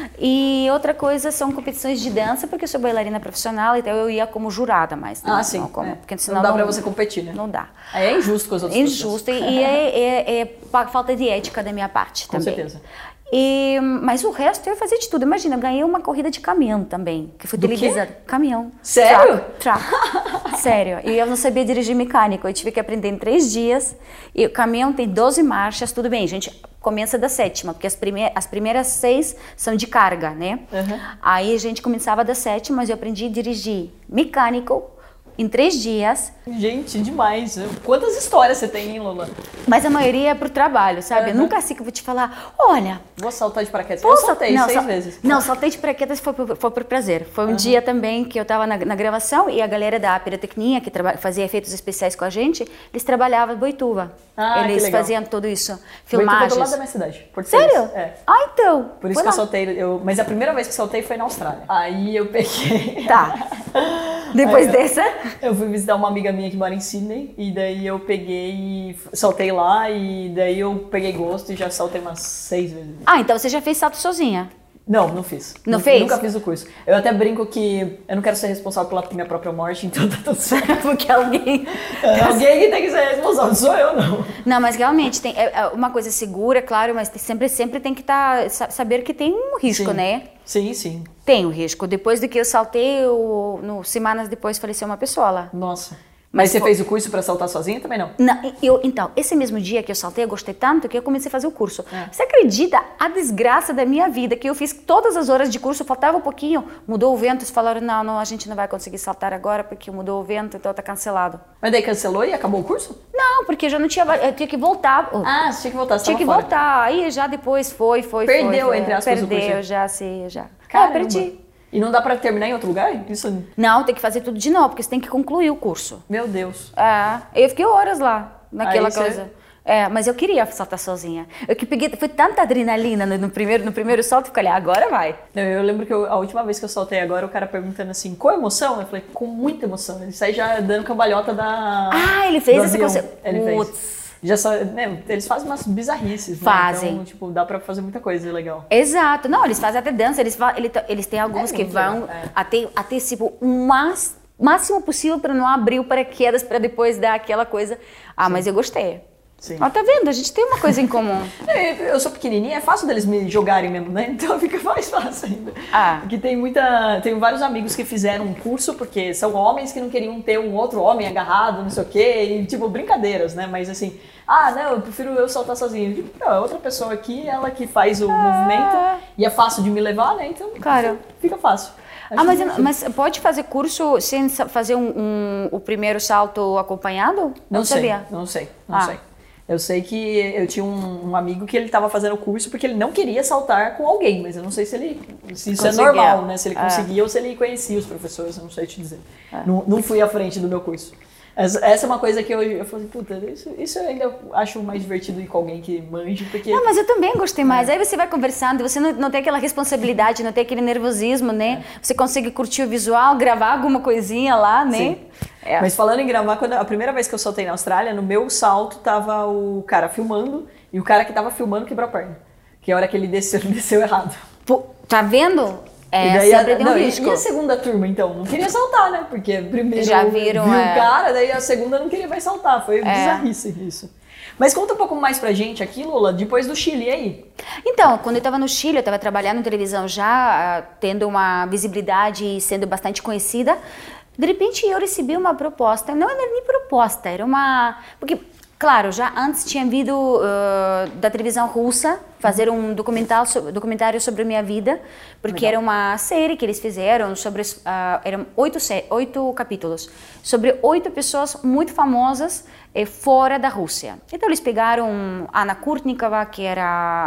E outra coisa são competições de dança, porque eu sou bailarina profissional, então eu ia como jurada, mas não, ah, sim. não como, é. porque senão não dá não, para você competir, né? Não dá. Aí é injusto com as outras é injusto, pessoas. Injusto, e é, é, é falta de ética da minha parte com também. Com certeza. E, mas o resto eu fazia de tudo. Imagina, eu ganhei uma corrida de caminhão também, que foi televisada. Caminhão. Sério? Truck. truck. Sério. E eu não sabia dirigir mecânico. Eu tive que aprender em três dias. E o caminhão tem doze marchas, tudo bem, gente. Começa da sétima, porque as, prime as primeiras seis são de carga, né? Uhum. Aí a gente começava da sétima, mas eu aprendi a dirigir mecânico em três dias. Gente, demais. Quantas histórias você tem, hein, Lola? Mas a maioria é pro trabalho, sabe? Uhum. Eu nunca assim que eu vou te falar, olha... Vou saltar de paraquedas. Eu saltei não, seis sal... vezes. Não, saltei de paraquedas foi por, foi por prazer. Foi um uhum. dia também que eu tava na, na gravação e a galera da Pirotecnia, que fazia efeitos especiais com a gente, eles trabalhavam em Boituva. Ah, eles faziam tudo isso. Filmagens. Boituva é do lado da minha cidade. Porto Sério? É. Ah, então. Por isso que lá. eu saltei. Eu... Mas a primeira vez que saltei foi na Austrália. Aí eu peguei... Tá. Depois eu, dessa... Eu fui visitar uma amiga minha que mora em Sydney e daí eu peguei e saltei lá e daí eu peguei gosto e já saltei umas seis vezes. Ah, então você já fez salto sozinha? Não, não fiz. Não nunca, fez? Nunca fiz o curso. Eu até brinco que eu não quero ser responsável pela minha própria morte, então tá tudo certo. Porque alguém... É, alguém que tem que ser responsável, não sou eu não. Não, mas realmente tem é uma coisa segura, claro, mas sempre, sempre tem que tá, saber que tem um risco, sim. né? Sim, sim. Tem um risco. Depois do que eu saltei, eu, no, semanas depois faleceu uma pessoa lá. Nossa. Mas, mas você foi... fez o curso para saltar sozinha também não? Não, eu, então, esse mesmo dia que eu saltei, eu gostei tanto que eu comecei a fazer o curso. É. Você acredita a desgraça da minha vida, que eu fiz todas as horas de curso, faltava um pouquinho, mudou o vento, eles falaram, não, não, a gente não vai conseguir saltar agora porque mudou o vento, então tá cancelado. Mas daí cancelou e acabou o curso? Não, porque já não tinha, eu tinha que voltar. Ah, você tinha que voltar, você Tinha que fora. voltar, aí já depois foi, foi, Perdeu, foi. entre aspas, Perdeu, o curso. já, sim, já. Caramba. Ah, perdi. E não dá pra terminar em outro lugar? Isso... Não, tem que fazer tudo de novo, porque você tem que concluir o curso. Meu Deus. É, eu fiquei horas lá, naquela Aí coisa. Você... É, mas eu queria saltar sozinha. Eu que peguei, foi tanta adrenalina no, no, primeiro, no primeiro salto, eu falei, agora vai. Eu, eu lembro que eu, a última vez que eu saltei agora, o cara perguntando assim, com emoção? Eu falei, com muita emoção. Ele sai já dando cambalhota da... Ah, ele fez essa coisa. Ele fez. Já só, né, eles fazem umas bizarrices, fazem. Né? Então, tipo, dá pra fazer muita coisa legal. Exato. Não, eles fazem até dança, eles, eles, eles têm alguns é que vão legal, é. até, até tipo, o mais, máximo possível pra não abrir o paraquedas pra depois dar aquela coisa. Ah, sim. Mas eu gostei. Sim. Ó, tá vendo? A gente tem uma coisa em comum. Eu sou pequenininha, é fácil deles me jogarem mesmo, né? Então fica mais fácil ainda. Ah. Porque tem muita... Tenho vários amigos que fizeram um curso porque são homens que não queriam ter um outro homem agarrado, não sei o quê. E, tipo, brincadeiras, né? Mas assim... Ah, não, eu prefiro eu saltar sozinho. Tipo, não, é outra pessoa aqui, ela que faz o ah. movimento. E é fácil de me levar, né? Então claro. Fica fácil. Acho ah, mas, mas pode fazer curso sem fazer um, um, o primeiro salto acompanhado? Não, não sei, sabia. Não sei, não ah. sei. Eu sei que eu tinha um, um amigo que ele estava fazendo o curso porque ele não queria saltar com alguém, mas eu não sei se ele se isso conseguia. É normal, né? Se ele conseguia é. ou se ele conhecia os professores, eu não sei te dizer. É. Não, não fui à frente do meu curso. Essa, essa é uma coisa que eu, eu falei, puta, isso, isso eu ainda acho mais divertido ir com alguém que manje, porque... Não, mas eu também gostei mais. É. Aí você vai conversando, você não, não tem aquela responsabilidade, não tem aquele nervosismo, né? É. Você consegue curtir o visual, gravar alguma coisinha lá, né? Sim. É. Mas falando em gravar, quando, a primeira vez que eu saltei na Austrália, no meu salto tava o cara filmando e o cara que tava filmando quebrou a perna. Que a hora que ele desceu, ele desceu errado. Pô, tá vendo? É, e daí a, tem um não, risco. E a segunda turma, então? Não queria saltar, né? Porque primeiro já viram, viu é. o cara, daí a segunda não queria mais saltar. Foi é. bizarrice isso. Mas conta um pouco mais pra gente aqui, Lola, depois do Chile, e aí? Então, quando eu estava no Chile, eu estava trabalhando em televisão já, tendo uma visibilidade e sendo bastante conhecida. De repente eu recebi uma proposta, não era nem proposta, era uma... Porque, claro, já antes tinha vindo uh, da televisão russa fazer um documentário sobre, documentário sobre a minha vida, porque Legal. Era uma série que eles fizeram sobre... Uh, eram oito, oito capítulos, sobre oito pessoas muito famosas eh, fora da Rússia. Então eles pegaram Anna Kurnikova, que era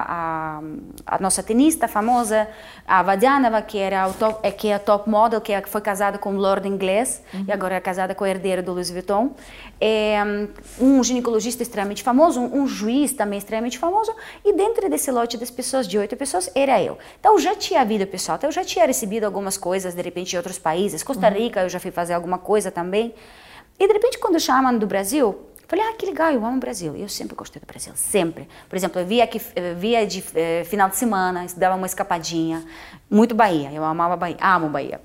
a, a nossa tenista famosa, a Vadianova, que, era o top, que é a top model, que foi casada com um lord inglês, uhum. e agora é casada com a herdeira do Louis Vuitton. É, um ginecologista ginecologista extremamente famoso, um, um juiz também extremamente famoso, e dentro desse lote das pessoas, de oito pessoas, era eu. Então, já tinha havido pessoal, então eu já tinha recebido algumas coisas, de repente, em outros países. Costa Rica, uhum. eu já fui fazer alguma coisa também. E, de repente, quando chamam do Brasil, eu falei, ah, que legal, eu amo o Brasil. Eu sempre gostei do Brasil, sempre. Por exemplo, eu via, aqui, via de eh, final de semana, dava uma escapadinha. Muito Bahia, eu amava Bahia, amo Bahia.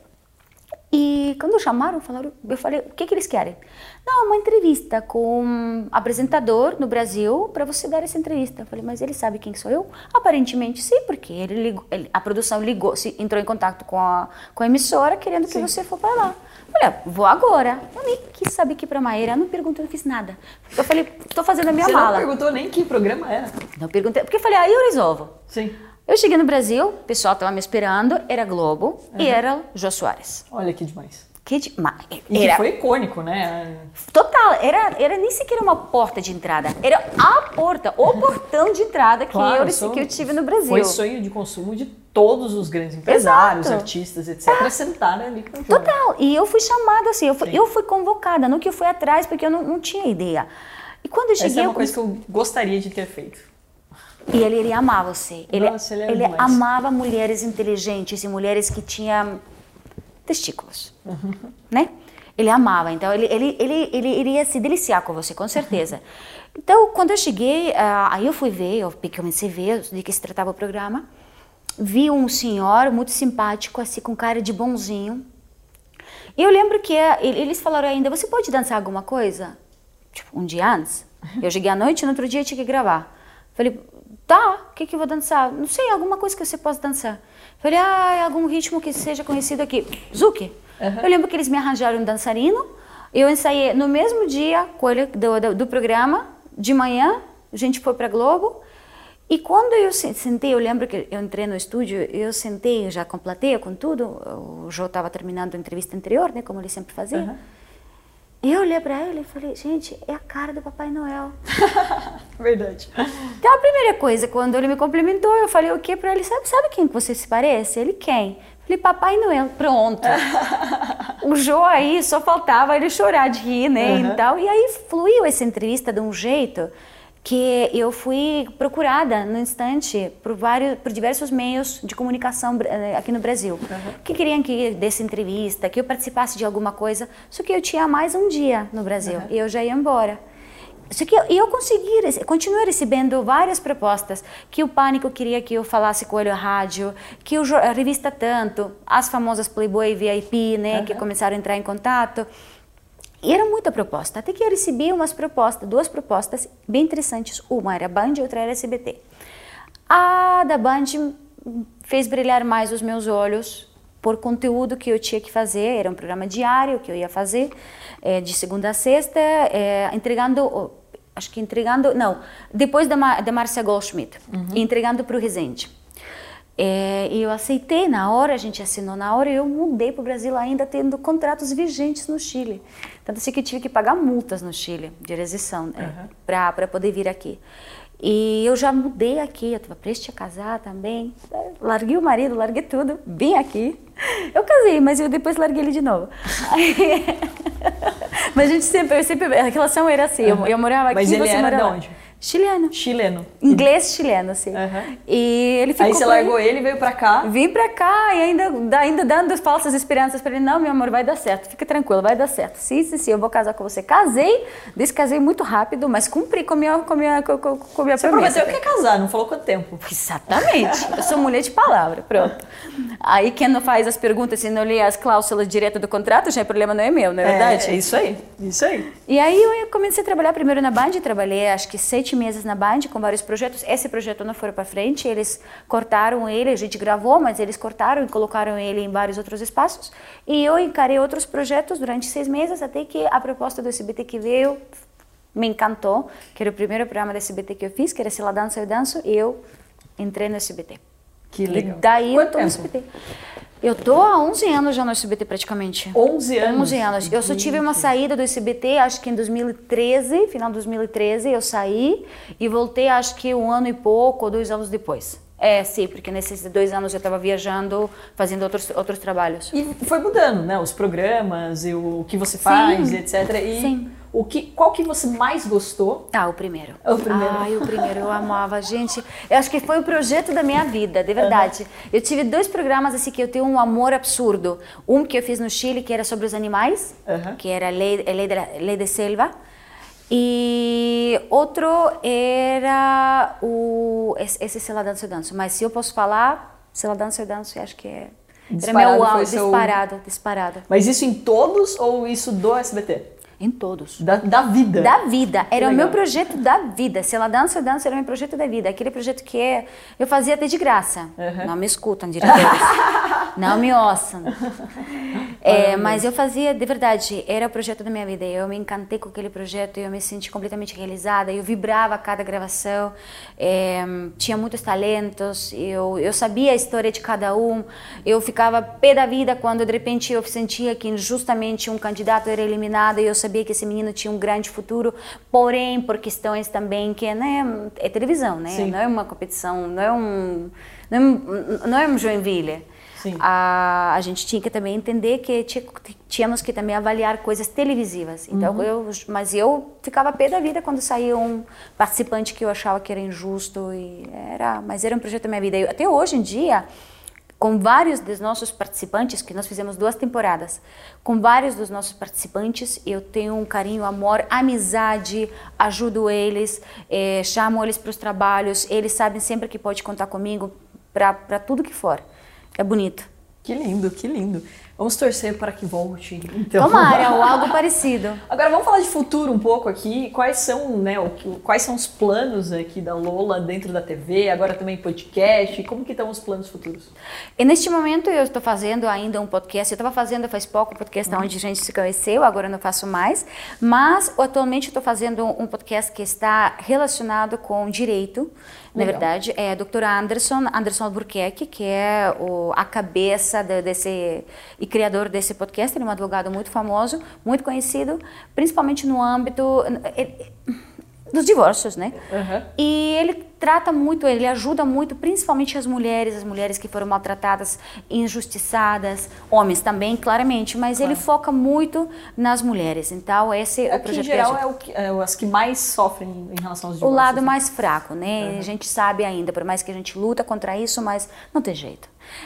E quando chamaram, falaram, eu falei, o que, que eles querem? Não, uma entrevista com um apresentador no Brasil para você dar essa entrevista. Eu falei, mas ele sabe quem sou eu? Aparentemente sim, porque ele ligou, ele, a produção ligou, se, entrou em contato com a, com a emissora querendo que sim. você for para lá. Eu falei, vou agora. Eu nem quis saber que para Maíra, eu não perguntei, não fiz nada. Eu falei, estou fazendo a minha você mala. Você não perguntou nem que programa era? Não perguntei, porque eu falei, aí ah, eu resolvo. Sim. Eu cheguei no Brasil, o pessoal estava me esperando, era Globo uhum. e era Jô Soares. Olha que demais. Que demais. E era... que foi icônico, né? Total, era, era nem sequer uma porta de entrada, era a porta, o portão de entrada que, claro, eu, sou... que eu tive no Brasil. Foi sonho de consumo de todos os grandes empresários, Exato. artistas, etcétera, é. sentar ali com o Jô. Total, e eu fui chamada assim, eu fui, eu fui convocada, não que eu fui atrás, porque eu não, não tinha ideia. E quando eu cheguei... Essa é uma eu... coisa que eu gostaria de ter feito. E ele iria amar você. Ele, Nossa, ele, é ele amava mulheres inteligentes e mulheres que tinham testículos, uhum. né? Ele amava, então ele, ele, ele, ele iria se deliciar com você, com certeza. Então, quando eu cheguei, uh, aí eu fui ver, eu comecei a ver de que se tratava o programa, vi um senhor muito simpático, assim, com cara de bonzinho. E eu lembro que uh, eles falaram ainda, você pode dançar alguma coisa? Tipo, um dia antes. Eu cheguei à noite, no outro dia eu tinha que gravar. Falei, tá, o que que eu vou dançar? Não sei, alguma coisa que você possa dançar. Falei, ah, algum ritmo que seja conhecido aqui. Zouk. Uhum. Eu lembro que eles me arranjaram um dançarino. Eu ensaiei no mesmo dia com ele, do, do, do programa, de manhã, a gente foi para Globo. E quando eu sentei, eu lembro que eu entrei no estúdio, eu sentei já com plateia, com tudo. O Jô estava terminando a entrevista anterior, né, como ele sempre fazia. Uhum. E eu olhei pra ele e falei, gente, é a cara do Papai Noel. Verdade. Então, a primeira coisa, quando ele me cumprimentou, eu falei o quê pra ele? Sabe, sabe quem que você se parece? Ele, quem? Falei, Papai Noel. Pronto. O Jô aí, só faltava ele chorar de rir, né, uhum. e tal. E aí, fluiu essa entrevista de um jeito que eu fui procurada no instante por vários, por diversos meios de comunicação aqui no Brasil, uhum. que queriam que eu desse entrevista, que eu participasse de alguma coisa, só que eu tinha mais um dia no Brasil, uhum. e eu já ia embora. Só que eu, eu consegui, continuei recebendo várias propostas, que o Pânico queria que eu falasse com ele a rádio, que o, a revista Tanto, as famosas Playboy V I P, né, uhum. que começaram a entrar em contato. E era muita proposta, até que eu recebi umas propostas, duas propostas bem interessantes. Uma era Band e outra era S B T. A da Band fez brilhar mais os meus olhos por conteúdo que eu tinha que fazer. Era um programa diário que eu ia fazer, é, de segunda a sexta, é, entregando, acho que entregando, não, depois da, da Márcia Goldschmidt, uhum. entregando para o Resende. É, e eu aceitei na hora, a gente assinou na hora e eu mudei para o Brasil ainda tendo contratos vigentes no Chile. Tanto assim que eu tive que pagar multas no Chile de rescisão, uhum. é, para poder vir aqui. E eu já mudei aqui, eu estava prestes a casar também. Larguei o marido, larguei tudo, vim aqui. Eu casei, mas eu depois larguei ele de novo. Aí, mas a gente sempre, eu sempre, a relação era assim, uhum. eu, eu morava aqui, mas ele você era morava de lá. onde? Chileno. Chileno. Inglês chileno, sim. Uhum. E ele ficou Aí você largou ele e veio pra cá? Vim pra cá e ainda, ainda dando falsas esperanças pra ele. Não, meu amor, vai dar certo. Fica tranquilo, vai dar certo. Sim, sim, sim, eu vou casar com você. Casei, descasei muito rápido, mas cumpri com a minha, com a minha, com, com a minha você promessa. Você prometeu que ia casar, não falou quanto tempo. Exatamente. Eu sou mulher de palavra, pronto. Aí quem não faz as perguntas e não lê as cláusulas direto do contrato, já o problema não é meu, não é verdade? É, é isso aí, isso aí. E aí eu comecei a trabalhar primeiro na Band, trabalhei acho que sete meses na Band, com vários projetos. Esse projeto não foi para frente, eles cortaram ele, a gente gravou, mas eles cortaram e colocaram ele em vários outros espaços. E eu encarei outros projetos durante seis meses, até que a proposta do S B T que veio me encantou, que era o primeiro programa do S B T que eu fiz, que era Se Lá Dança Eu Danço, e eu entrei no S B T. Que legal. E daí Quanto eu tô tempo? no S B T. Eu tô há onze anos já no S B T praticamente. onze anos? onze anos. Eu só tive uma saída do S B T, acho que em dois mil e treze, final de dois mil e treze, eu saí e voltei acho que um ano e pouco, ou dois anos depois. É, sim, porque nesses dois anos eu estava viajando, fazendo outros, outros trabalhos. E foi mudando, né? Os programas, e o que você faz, sim, etcétera. E sim. O que, qual que você mais gostou? Ah, o primeiro. O primeiro. Ai, o primeiro eu amava, gente. Eu acho que foi o projeto da minha vida, de verdade. Uhum. Eu tive dois programas assim que eu tenho um amor absurdo. Um que eu fiz no Chile, que era sobre os animais, uhum. que era Lei, Lei, de, Lei de Selva. E outro era o... Esse Se Lá Danço Eu Danço. Mas se eu posso falar, Se Lá Danço Eu Danço, eu acho que é... Disparado era meu foi disparado, seu... disparado. Mas isso em todos ou isso do S B T? Em todos. Da, da vida? Da vida. Era o meu projeto da vida. Se Ela Dança, Eu Danço era o meu projeto da vida. Aquele projeto que é, eu fazia até de graça. Uhum. Não me escutam, diretores. Não me ouçam. É, mas eu fazia, de verdade, era o projeto da minha vida. Eu me encantei com aquele projeto, eu me senti completamente realizada. Eu vibrava a cada gravação. É, tinha muitos talentos. Eu, eu sabia a história de cada um. Eu ficava pé da vida quando, de repente, eu sentia que injustamente um candidato era eliminado e eu sabia que esse menino tinha um grande futuro, porém por questões também que né, é televisão, né? Sim. Não é uma competição, não é um, não é um, não é um Joinville. Sim. A, a gente tinha que também entender que tínhamos que também avaliar coisas televisivas. Então, uhum. eu, mas eu ficava pé da vida quando saía um participante que eu achava que era injusto e era, mas era um projeto da minha vida. Eu, até hoje em dia, com vários dos nossos participantes, que nós fizemos duas temporadas, com vários dos nossos participantes, eu tenho um carinho, amor, amizade, ajudo eles, é, chamo eles para os trabalhos, eles sabem sempre que pode contar comigo para tudo que for. É bonito. Que lindo, que lindo. Vamos torcer para que volte. Então. Tomara, ou algo parecido. Agora vamos falar de futuro um pouco aqui. Quais são, né, o, quais são os planos aqui da Lola dentro da T V, agora também podcast, como que estão os planos futuros? E neste momento eu estou fazendo ainda um podcast, eu estava fazendo faz pouco um podcast uhum. onde a gente se conheceu, agora eu não faço mais, mas atualmente eu estou fazendo um podcast que está relacionado com direito. Na Legal. verdade, é a doutora Anderson, Anderson Albuquerque, que é o, a cabeça de, desse e criador desse podcast. Ele é um advogado muito famoso, muito conhecido, principalmente no âmbito ele, dos divórcios, né? Uhum. E ele trata muito, ele ajuda muito, principalmente as mulheres, as mulheres que foram maltratadas, injustiçadas, homens também, claramente, mas claro. ele foca muito nas mulheres. Então, esse é o projeto. Em geral, é, o que, é as que mais sofrem em relação aos divórcios. O lado né? mais fraco, né? Uhum. A gente sabe ainda, por mais que a gente luta contra isso, mas não tem jeito.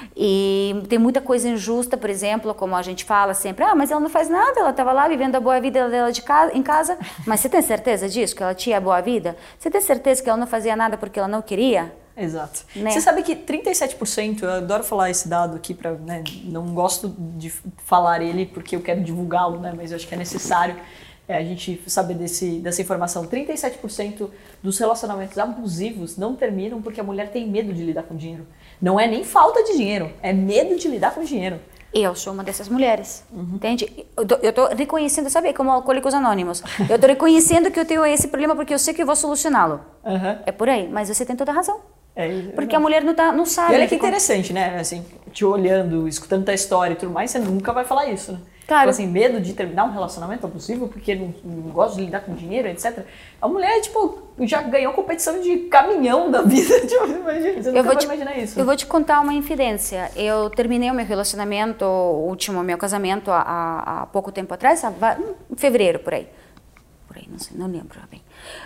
E tem muita coisa injusta, por exemplo, como a gente fala sempre, ah, mas ela não faz nada, ela estava lá vivendo a boa vida dela de casa, em casa, mas você tem certeza disso, que ela tinha a boa vida? Você tem certeza que ela não fazia nada porque ela não queria? Exato. Né? Você sabe que trinta e sete por cento, eu adoro falar esse dado aqui, pra, né, não gosto de falar ele porque eu quero divulgá-lo, né, mas eu acho que é necessário é, a gente saber desse, dessa informação. trinta e sete por cento dos relacionamentos abusivos não terminam porque a mulher tem medo de lidar com dinheiro. Não é nem falta de dinheiro, é medo de lidar com dinheiro. Eu sou uma dessas mulheres, uhum. entende? Eu tô reconhecendo, sabe, como Alcoólicos Anônimos. Eu tô reconhecendo que eu tenho esse problema porque eu sei que eu vou solucioná-lo. Uhum. É por aí, mas você tem toda a razão. É, porque não. a mulher não, tá, não sabe. E olha que interessante, como... né? Assim, te olhando, escutando tua história e tudo mais, você nunca vai falar isso, né? Claro. Tipo assim, medo de terminar um relacionamento abusivo porque não, não gosta de lidar com dinheiro, etcétera. A mulher, tipo, já ganhou competição de caminhão da vida. Tipo, imagina, você nunca eu vou vai te, imaginar isso. Eu vou te contar uma infidencia. Eu terminei o meu relacionamento, o último meu casamento, há, há pouco tempo atrás, em fevereiro, por aí. Por aí, não sei, não lembro bem.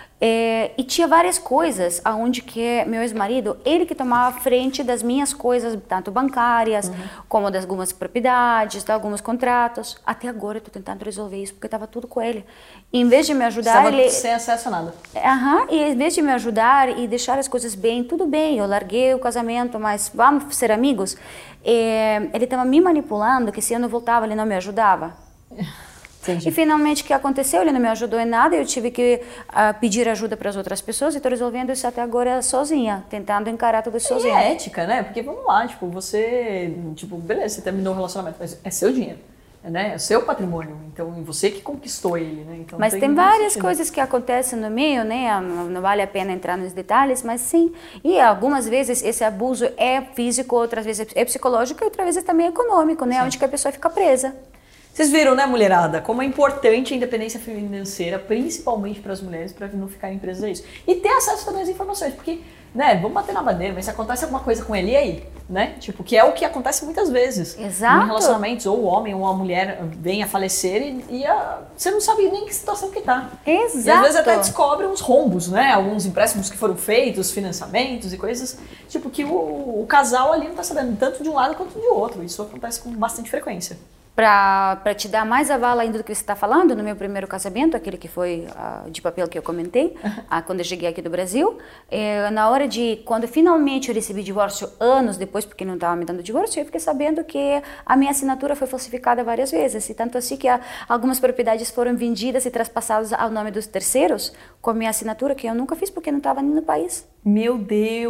É, e tinha várias coisas aonde que meu ex-marido, ele que tomava frente das minhas coisas, tanto bancárias, uhum. como das algumas propriedades, de alguns contratos. Até agora eu estou tentando resolver isso, porque estava tudo com ele. E, em vez de me ajudar, Estava ele... sem acesso a nada. Aham, e em vez de me ajudar e deixar as coisas bem, tudo bem, eu larguei o casamento, mas vamos ser amigos. É, ele estava me manipulando, que se eu não voltava, ele não me ajudava. Entendi. E finalmente o que aconteceu? Ele não me ajudou em nada, eu tive que uh, pedir ajuda para as outras pessoas e estou resolvendo isso até agora sozinha, tentando encarar tudo isso sozinha. E é ética, né? Porque vamos lá, tipo, você, tipo, beleza, você terminou o relacionamento, mas é seu dinheiro, né? É seu patrimônio, então é você que conquistou ele, né? Então, mas tem, tem várias sentido. coisas que acontecem no meio, né? Não, não vale a pena entrar nos detalhes, mas sim. E algumas vezes esse abuso é físico, outras vezes é psicológico e outras vezes também é econômico, né? Sim. Onde que a pessoa fica presa. Vocês viram, né, mulherada, como é importante a independência financeira, principalmente para as mulheres, para não ficarem presas a isso. E ter acesso também às informações, porque né? Vamos bater na bandeira, mas se acontece alguma coisa com ele, e aí? Né? Tipo, que é o que acontece muitas vezes. Exato. Em relacionamentos, ou o homem ou a mulher vem a falecer e, e a, você não sabe nem que situação que tá. Exato. E às vezes até descobre uns rombos, né? Alguns empréstimos que foram feitos, financiamentos e coisas, tipo, que o, o casal ali não tá sabendo tanto de um lado quanto de outro. Isso acontece com bastante frequência. Para te dar mais aval ainda do que você está falando, no meu primeiro casamento, aquele que foi uh, de papel que eu comentei, uh, quando eu cheguei aqui do Brasil, eh, na hora de, quando finalmente eu recebi divórcio, anos depois, porque não estava me dando divórcio, eu fiquei sabendo que a minha assinatura foi falsificada várias vezes, e tanto assim que a, algumas propriedades foram vendidas e traspassadas ao nome dos terceiros, com a minha assinatura, que eu nunca fiz porque não estava nem no país. Meu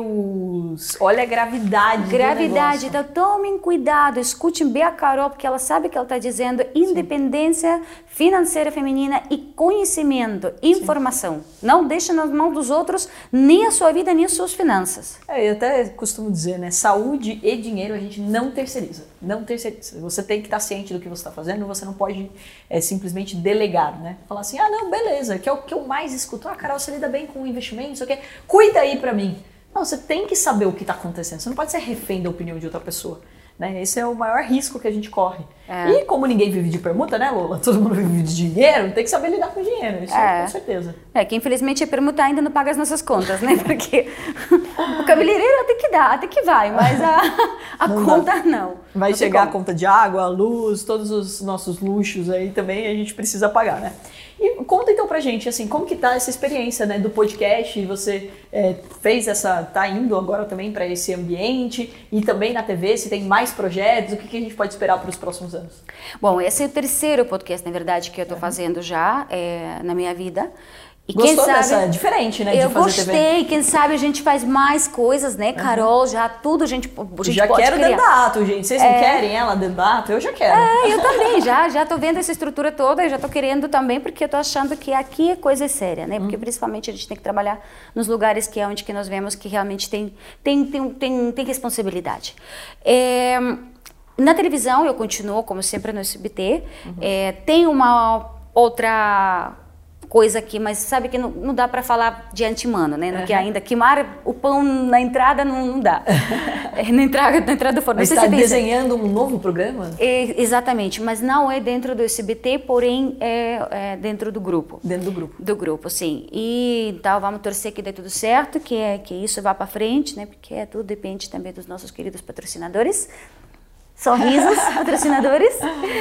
Deus! Olha a gravidade Gravidade, do negócio. Então tomem cuidado, escutem bem a Carol, porque ela sabe que ela está dizendo independência Sim. financeira feminina e conhecimento, informação. Sim. Não deixe nas mãos dos outros nem a sua vida, nem as suas finanças. É, eu até costumo dizer, né? Saúde e dinheiro a gente não terceiriza. Não terceiriza. Você tem que estar ciente do que você está fazendo, você não pode é, simplesmente delegar, né? Falar assim, ah, não, beleza, que é o que eu mais escuto. Ah, Carol, você lida bem com investimento, não sei o quê. Cuida aí pra mim. Não, você tem que saber o que está acontecendo. Você não pode ser refém da opinião de outra pessoa. Né? Esse é o maior risco que a gente corre. É. E como ninguém vive de permuta, né, Lola? Todo mundo vive de dinheiro, tem que saber lidar com dinheiro, isso é. com certeza. É, que infelizmente a permuta ainda não paga as nossas contas, né? Porque o cabeleireiro até que dá, até que vai, mas a, a não conta dá. não. Vai não chegar a conta de água, a luz, todos os nossos luxos aí também a gente precisa pagar, né? E conta então pra gente, assim, como que tá essa experiência, né, do podcast, você é, fez essa, tá indo agora também para esse ambiente e também na T V, se tem mais projetos, o que, que a gente pode esperar para os próximos anos? Bom, esse é o terceiro podcast, na verdade, que eu tô uhum. fazendo já é, na minha vida. E Gostou quem sabe, dessa? Diferente, né, de eu fazer gostei, T V. Quem sabe a gente faz mais coisas, né, Carol? Uhum. Já tudo a gente, a gente já pode quero criar. dentro da Ato, gente. Vocês não é... querem ela dentro da Ato? Eu já quero. É, eu também, já, já tô vendo essa estrutura toda e já tô querendo também, porque eu tô achando que aqui é coisa séria, né? Porque uhum. principalmente a gente tem que trabalhar nos lugares que é onde que nós vemos que realmente tem, tem, tem, tem, tem responsabilidade. É... Na televisão eu continuo, como sempre, no S B T. Uhum. É, tem uma outra coisa aqui, mas sabe que não, não dá para falar de antemano, né? Uhum. Que ainda queimar o pão na entrada não, não dá. na, entrada, na entrada do forno. Mas está desenhando um novo programa? É, exatamente, mas não é dentro do S B T, porém é, é dentro do grupo. Dentro do grupo. Do grupo, sim. E então vamos torcer que dê tudo certo, que, é, que isso vá para frente, né? Porque é, tudo depende também dos nossos queridos patrocinadores. Sorrisos, patrocinadores.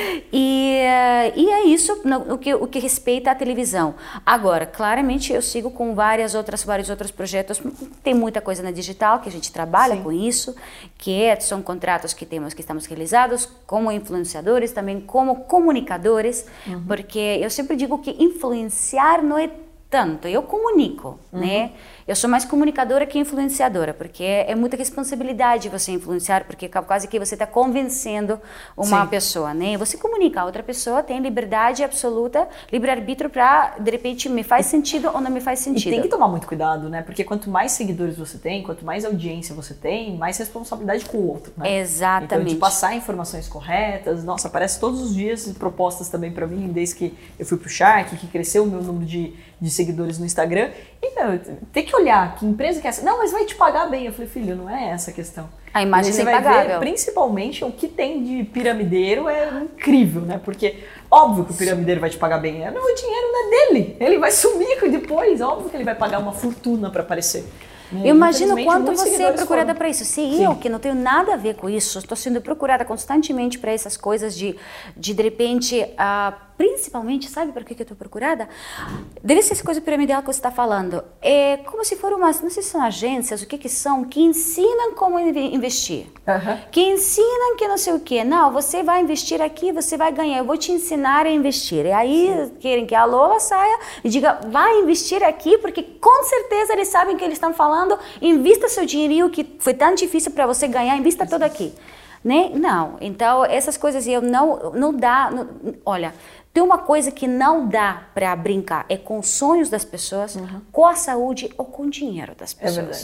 E, e é isso no, o, que, o que respeita à televisão. Agora, claramente eu sigo com várias outras, vários outros projetos. Tem muita coisa na digital que a gente trabalha Sim. com isso, que é, são contratos que temos, que estamos realizados como influenciadores, também como comunicadores, uhum. porque eu sempre digo que influenciar não é tanto, eu comunico, uhum. né? Eu sou mais comunicadora que influenciadora, porque é, é muita responsabilidade você influenciar, porque quase que você está convencendo uma Sim. pessoa, né? Você comunica, a outra pessoa tem liberdade absoluta, livre-arbítrio para, de repente, me faz sentido ou não me faz sentido. E tem que tomar muito cuidado, né? Porque quanto mais seguidores você tem, quanto mais audiência você tem, mais responsabilidade com o outro, né? Exatamente. Então, de passar informações corretas, nossa, aparece todos os dias propostas também para mim, desde que eu fui pro Shark, que cresceu o meu número de, de seguidores no Instagram. E, meu, tem que olhar que empresa que é essa. Não, mas vai te pagar bem. Eu falei, filho, não é essa a questão. A imagem você é vai impagável. ver, principalmente, o que tem de piramideiro é incrível, né? Porque, óbvio que o piramideiro vai te pagar bem. Não, o dinheiro não é dele. Ele vai sumir depois. Óbvio que ele vai pagar uma fortuna para aparecer. Eu imagino quanto você é procurada para isso. Se Sim. eu, que não tenho nada a ver com isso, estou sendo procurada constantemente para essas coisas de, de, de repente, uh, principalmente, sabe para que, que eu estou procurada? Deve ser essa coisa piramidal que você está falando. É como se foram umas, não sei se são agências, o que que são, que ensinam como investir. Uh-huh. Que ensinam que não sei o quê. Não, você vai investir aqui, você vai ganhar, eu vou te ensinar a investir. E aí Sim. querem que a Lola saia e diga, vai investir aqui, porque com certeza eles sabem que eles estão falando. Invista seu dinheirinho que foi tão difícil para você ganhar, invista todo aqui, né? Não, então essas coisas eu não não dá, não, olha, tem uma coisa que não dá para brincar, é com os sonhos das pessoas, uhum. com a saúde ou com o dinheiro das pessoas. É verdade.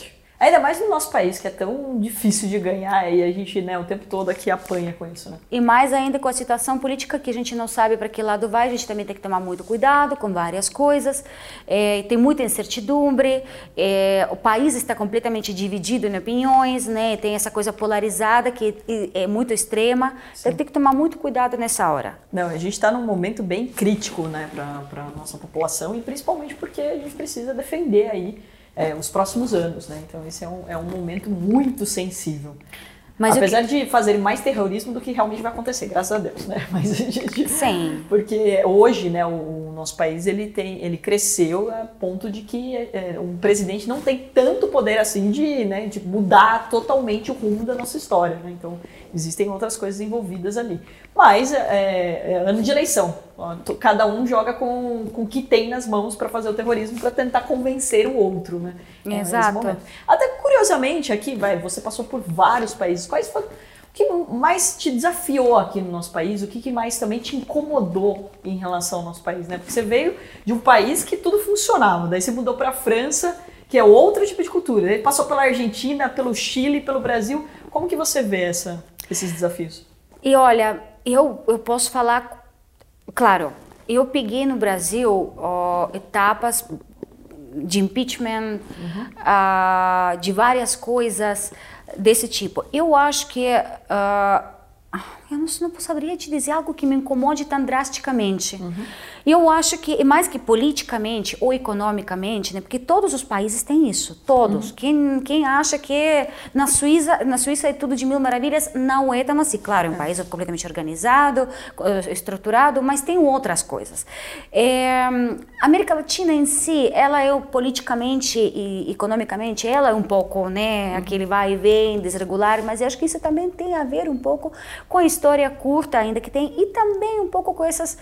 Ainda mais no nosso país, que é tão difícil de ganhar e a gente, né, o tempo todo aqui apanha com isso, né? E mais ainda com a situação política, que a gente não sabe para que lado vai, a gente também tem que tomar muito cuidado com várias coisas, é, tem muita incertidumbre, é, o país está completamente dividido em opiniões, né, tem essa coisa polarizada que é muito extrema, então tem que tomar muito cuidado nessa hora. Não, a gente está num momento bem crítico, né, para a nossa população e principalmente porque a gente precisa defender aí É, os próximos anos, né? Então esse é um, é um momento muito sensível. Mas apesar que... de fazerem mais terrorismo do que realmente vai acontecer, graças a Deus, né? Mas a gente... Sim. Porque hoje, né, o, o nosso país ele tem, ele cresceu a ponto de que é, um presidente não tem tanto poder assim de, né, de mudar totalmente o rumo da nossa história, né? Então existem outras coisas envolvidas ali. Mas é, é ano de eleição. Cada um joga com, com o que tem nas mãos para fazer o terrorismo, para tentar convencer o outro, né? Exato. Até curiosamente aqui, vai, você passou por vários países. Quais foram, o que mais te desafiou aqui no nosso país? O que, que mais também te incomodou em relação ao nosso país, né? Porque você veio de um país que tudo funcionava, daí você mudou para a França, que é outro tipo de cultura. Ele passou pela Argentina, pelo Chile, pelo Brasil. Como que você vê essa, esses desafios? E olha, eu, eu posso falar... Claro, eu peguei no Brasil ó, etapas de impeachment, uhum. uh, de várias coisas desse tipo. Eu acho que... Uh, eu não, não saberia te dizer algo que me incomode tão drasticamente. Uhum. Eu acho que, mais que politicamente ou economicamente, né, porque todos os países têm isso, todos. Uhum. Quem, quem acha que na Suíça, na Suíça é tudo de mil maravilhas, não é tão assim. Claro, é um é. país completamente organizado, estruturado, mas tem outras coisas. É, a América Latina em si, ela é politicamente e economicamente, ela é um pouco, né, uhum. aquele vai e vem, desregular, mas eu acho que isso também tem a ver um pouco com a história curta ainda que tem e também um pouco com essas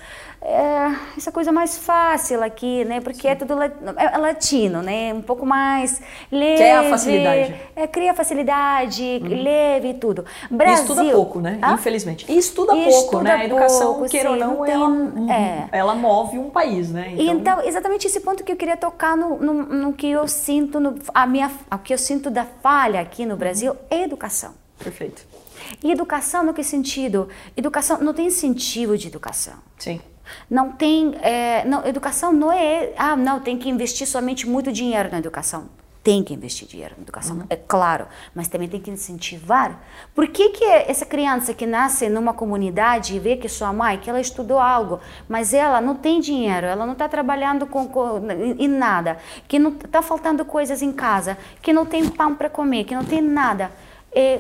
é, essa coisa mais fácil aqui, né? Porque Sim. é tudo é latino, né? Um pouco mais leve. Quer a facilidade. É, cria facilidade, uhum. leve e tudo. Brasil, e estuda pouco, né? Ah? Infelizmente. E estuda e pouco, estuda né? A educação, pouco, queira ou não, não tem, ela, é. ela move um país, né? Então... então, exatamente esse ponto que eu queria tocar no, no, no que eu sinto, no, a minha, o que eu sinto da falha aqui no Brasil é a educação. Perfeito. E educação no que sentido? Educação não tem incentivo de educação. Sim. Não tem, é, não, educação não é, ah, não, tem que investir somente muito dinheiro na educação. Tem que investir dinheiro na educação, uhum. é claro, mas também tem que incentivar. Por que que essa criança que nasce numa comunidade e vê que sua mãe, que ela estudou algo, mas ela não tem dinheiro, ela não está trabalhando com, com, em nada, que não está faltando coisas em casa, que não tem pão para comer, que não tem nada, é,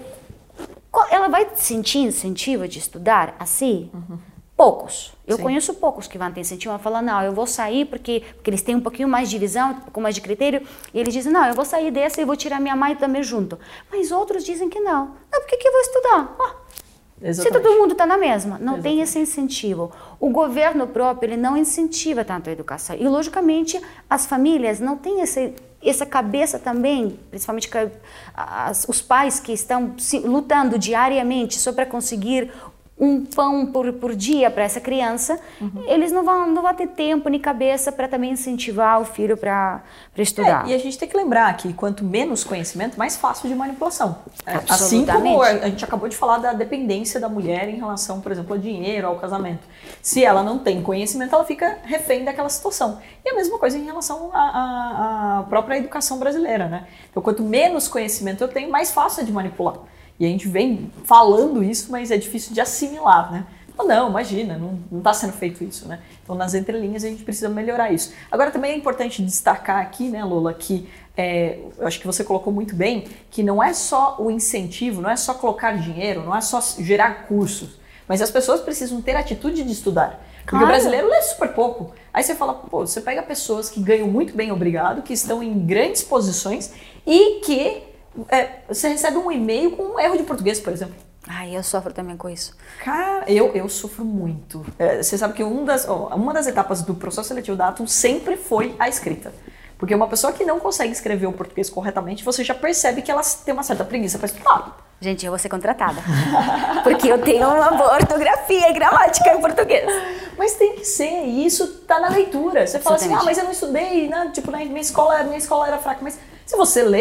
ela vai sentir incentivo de estudar assim? Uhum. Poucos. Eu Sim. conheço poucos que vão ter incentivo a falar, não, eu vou sair porque, porque eles têm um pouquinho mais de visão, um pouco mais de critério, e eles dizem, não, eu vou sair dessa e vou tirar minha mãe também junto. Mas outros dizem que não. Não, por que que eu vou estudar? Ah, se todo mundo está na mesma. Não Exatamente. Tem esse incentivo. O governo próprio, ele não incentiva tanto a educação. E, logicamente, as famílias não têm esse... essa cabeça também, principalmente as, os pais que estão se, lutando diariamente só para conseguir um pão por, por dia para essa criança, uhum. eles não vão, não vão ter tempo nem cabeça para também incentivar o filho para estudar. É, e a gente tem que lembrar que quanto menos conhecimento, mais fácil de manipulação. Assim como a gente acabou de falar da dependência da mulher em relação, por exemplo, ao dinheiro, ao casamento. Se ela não tem conhecimento, ela fica refém daquela situação. E a mesma coisa em relação à, à própria educação brasileira, né? Então, quanto menos conhecimento eu tenho, mais fácil é de manipular. E a gente vem falando isso, mas é difícil de assimilar, né? Então, não, imagina, não está sendo feito isso, né? Então, nas entrelinhas, a gente precisa melhorar isso. Agora, também é importante destacar aqui, né, Lola, que é, eu acho que você colocou muito bem, que não é só o incentivo, não é só colocar dinheiro, não é só gerar cursos, mas as pessoas precisam ter atitude de estudar. Porque claro. O brasileiro lê super pouco. Aí você fala, pô, você pega pessoas que ganham muito bem, obrigado, que estão em grandes posições e que... É, você recebe um e-mail com um erro de português, por exemplo. Ai, eu sofro também com isso. Cara, eu, eu sofro muito. É, você sabe que um das, ó, uma das etapas do processo seletivo da Atom sempre foi a escrita. Porque uma pessoa que não consegue escrever o português corretamente, você já percebe que ela tem uma certa preguiça para estudar. Gente, eu vou ser contratada. Porque eu tenho uma boa ortografia e gramática em português. Mas tem que ser, e isso tá na leitura. Você fala assim, ah, mas eu não estudei, né? Tipo, na minha escola, minha escola era fraca. Mas se você lê,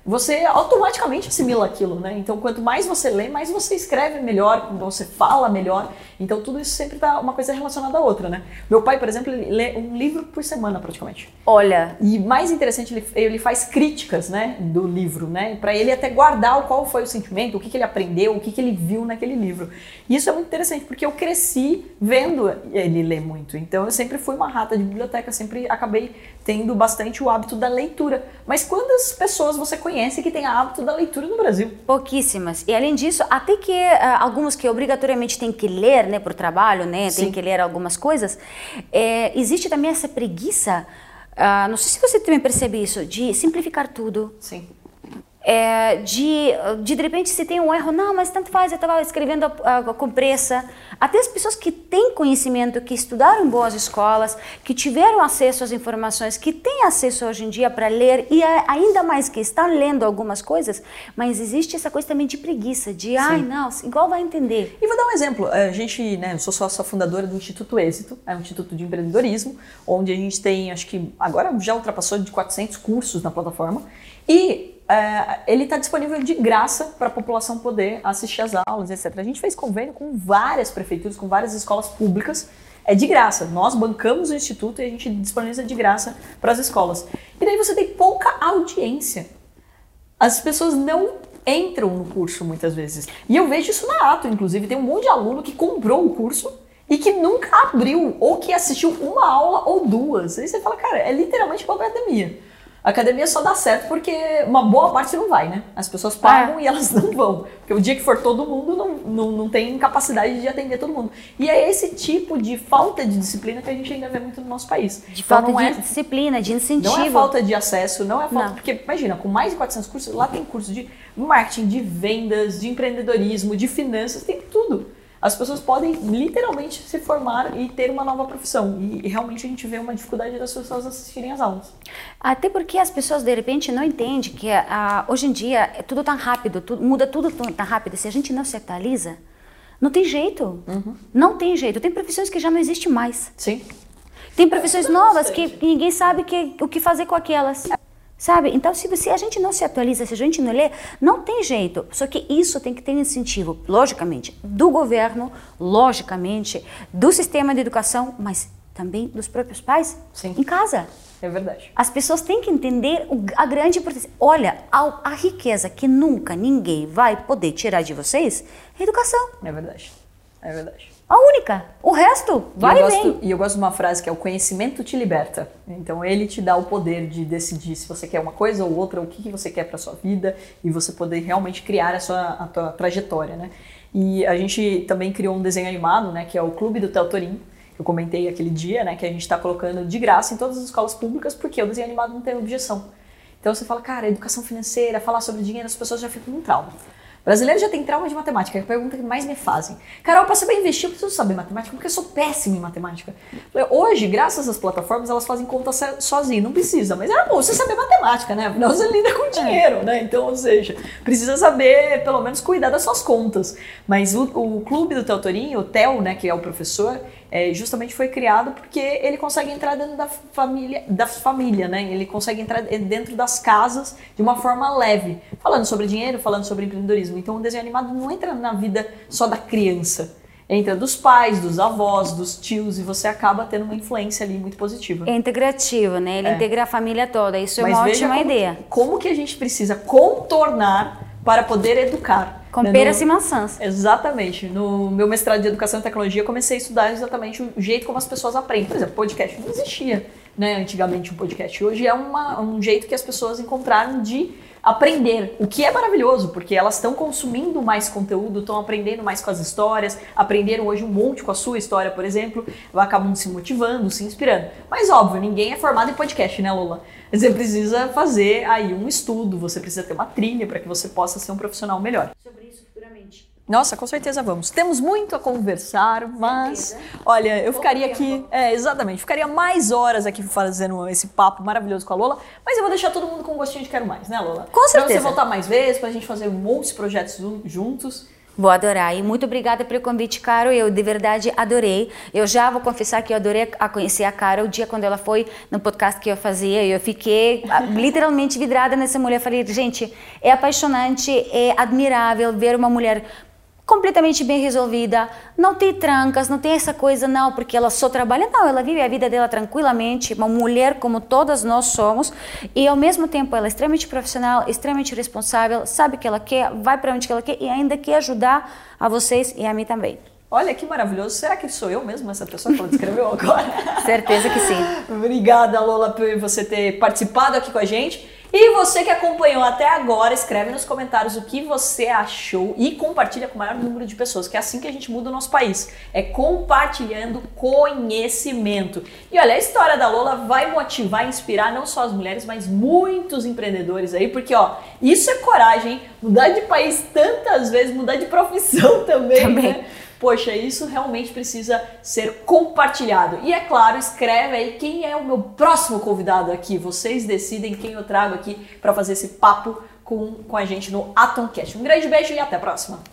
você automaticamente assimila aquilo, né? Então, quanto mais você lê, mais você escreve melhor, você fala melhor. Então, tudo isso sempre tá uma coisa relacionada à outra, né? Meu pai, por exemplo, ele lê um livro por semana, praticamente. Olha. E mais interessante, ele, ele faz críticas, né, do livro, né? Pra ele até guardar qual foi o sentimento, o que, que ele aprendeu, o que, que ele viu naquele livro. E isso é muito interessante, porque eu cresci vendo ele ler muito. Então, eu sempre fui uma rata de biblioteca, sempre acabei tendo bastante o hábito da leitura. Mas quantas pessoas você conhece que tem hábito da leitura no Brasil? Pouquíssimas. E além disso, até que uh, alguns que obrigatoriamente têm que ler, né, por trabalho, né, tem que ler algumas coisas, é, existe também essa preguiça, uh, não sei se você também percebe isso, de simplificar tudo. Sim. É, de, de de repente se tem um erro, não, mas tanto faz, eu estava escrevendo uh, com pressa. Até as pessoas que têm conhecimento, que estudaram em boas escolas, que tiveram acesso às informações, que têm acesso hoje em dia para ler e a, ainda mais que estão lendo algumas coisas, mas existe essa coisa também de preguiça, de, Sim. ai não, igual vai entender. E vou dar um exemplo, a gente, né, eu sou sócia fundadora do Instituto Êxito, é um instituto de empreendedorismo, onde a gente tem, acho que agora já ultrapassou de quatrocentos cursos na plataforma, e É, ele está disponível de graça para a população poder assistir às aulas, etcétera. A gente fez convênio com várias prefeituras, com várias escolas públicas, é de graça. Nós bancamos o instituto e a gente disponibiliza de graça para as escolas. E daí você tem pouca audiência. As pessoas não entram no curso muitas vezes. E eu vejo isso na Ato, inclusive. Tem um monte de aluno que comprou o curso e que nunca abriu, ou que assistiu uma aula ou duas. Aí você fala, cara, é literalmente uma academia. A academia só dá certo porque uma boa parte não vai, né? As pessoas pagam é. e elas não vão. Porque o dia que for todo mundo, não, não, não tem capacidade de atender todo mundo. E é esse tipo de falta de disciplina que a gente ainda vê muito no nosso país. De então, falta de é, disciplina, de incentivo. Não é falta de acesso, não é falta... Não. Porque, imagina, com mais de quatrocentos cursos, lá tem curso de marketing, de vendas, de empreendedorismo, de finanças, tem tudo. As pessoas podem literalmente se formar e ter uma nova profissão. E, e realmente a gente vê uma dificuldade das pessoas assistirem às aulas. Até porque as pessoas de repente não entendem que uh, hoje em dia é tudo tão rápido, tudo, muda tudo tão rápido. Se a gente não se atualiza, não tem jeito. Uhum. Não tem jeito. Tem profissões que já não existem mais. Sim. Tem profissões novas que ninguém sabe que, o que fazer com aquelas. Sabe? Então, se, você, a gente não se atualiza, se a gente não lê, não tem jeito. Só que isso tem que ter incentivo, logicamente, do governo, logicamente, do sistema de educação, mas também dos próprios pais. Sim. Em casa. É verdade. As pessoas têm que entender o, a grande importância. Olha, a, a riqueza que nunca ninguém vai poder tirar de vocês é a educação. É verdade. É verdade. A única. O resto vai e vem. E eu gosto de uma frase que é: o conhecimento te liberta. Então ele te dá o poder de decidir se você quer uma coisa ou outra, o que, que você quer para sua vida, e você poder realmente criar a sua a tua trajetória, né? E a gente também criou um desenho animado, né, que é o Clube do Teltorim, que eu comentei aquele dia, né, que a gente está colocando de graça em todas as escolas públicas, porque o desenho animado não tem objeção. Então você fala, cara, educação financeira, falar sobre dinheiro, as pessoas já ficam com trauma. Brasileiro já tem trauma de matemática, é a pergunta que mais me fazem. Carol, para saber investir, eu preciso saber matemática, porque eu sou péssima em matemática. Hoje, graças às plataformas, elas fazem conta sozinho, não precisa. Mas é bom você saber matemática, né? Afinal, você lida com dinheiro, né? Então, ou seja, precisa saber, pelo menos, cuidar das suas contas. Mas o, o Clube do Teltorim, o Theo, né, que é o professor, é, justamente foi criado porque ele consegue entrar dentro da família, da família, né? Ele consegue entrar dentro das casas de uma forma leve, falando sobre dinheiro, falando sobre empreendedorismo. Então o desenho animado não entra na vida só da criança, entra dos pais, dos avós, dos tios, e você acaba tendo uma influência ali muito positiva. É integrativo, né? Ele é. integra a família toda, isso é Mas uma ótima como, ideia. Como que a gente precisa contornar para poder educar? Com né? peras no, e maçãs. Exatamente. No meu mestrado de Educação e Tecnologia, eu comecei a estudar exatamente o jeito como as pessoas aprendem. Por exemplo, podcast não existia, né, antigamente um podcast. Hoje é uma, um jeito que as pessoas encontraram de aprender, o que é maravilhoso, porque elas estão consumindo mais conteúdo, estão aprendendo mais com as histórias, aprenderam hoje um monte com a sua história, por exemplo, acabam se motivando, se inspirando. Mas óbvio, ninguém é formado em podcast, né, Lola? Você precisa fazer aí um estudo, você precisa ter uma trilha para que você possa ser um profissional melhor. Sobre isso futuramente. Nossa, com certeza vamos. Temos muito a conversar, mas olha, eu ficaria aqui, é, exatamente, ficaria mais horas aqui fazendo esse papo maravilhoso com a Lola, mas eu vou deixar todo mundo com um gostinho de quero mais, né, Lola? Com certeza. Pra você voltar mais vezes, pra gente fazer um monte de projetos juntos. Vou adorar. E muito obrigada pelo convite, Carol. Eu de verdade adorei. Eu já vou confessar que eu adorei a conhecer a Carol o dia quando ela foi no podcast que eu fazia. Eu fiquei literalmente vidrada nessa mulher. Falei, gente, é apaixonante, é admirável ver uma mulher completamente bem resolvida, não tem trancas, não tem essa coisa, não, porque ela só trabalha, não, ela vive a vida dela tranquilamente, uma mulher como todas nós somos, e ao mesmo tempo ela é extremamente profissional, extremamente responsável, sabe o que ela quer, vai para onde que ela quer e ainda quer ajudar a vocês e a mim também. Olha que maravilhoso. Será que sou eu mesmo essa pessoa que ela descreveu agora? Certeza que sim. Obrigada, Lola, por você ter participado aqui com a gente. E você que acompanhou até agora, escreve nos comentários o que você achou e compartilha com o maior número de pessoas, que é assim que a gente muda o nosso país. É compartilhando conhecimento. E olha, a história da Lola vai motivar e inspirar não só as mulheres, mas muitos empreendedores aí, porque ó, isso é coragem, hein? Mudar de país tantas vezes, mudar de profissão também, também. né? Poxa, isso realmente precisa ser compartilhado. E é claro, escreve aí quem é o meu próximo convidado aqui. Vocês decidem quem eu trago aqui para fazer esse papo com, com a gente no Atomcast. Um grande beijo e até a próxima.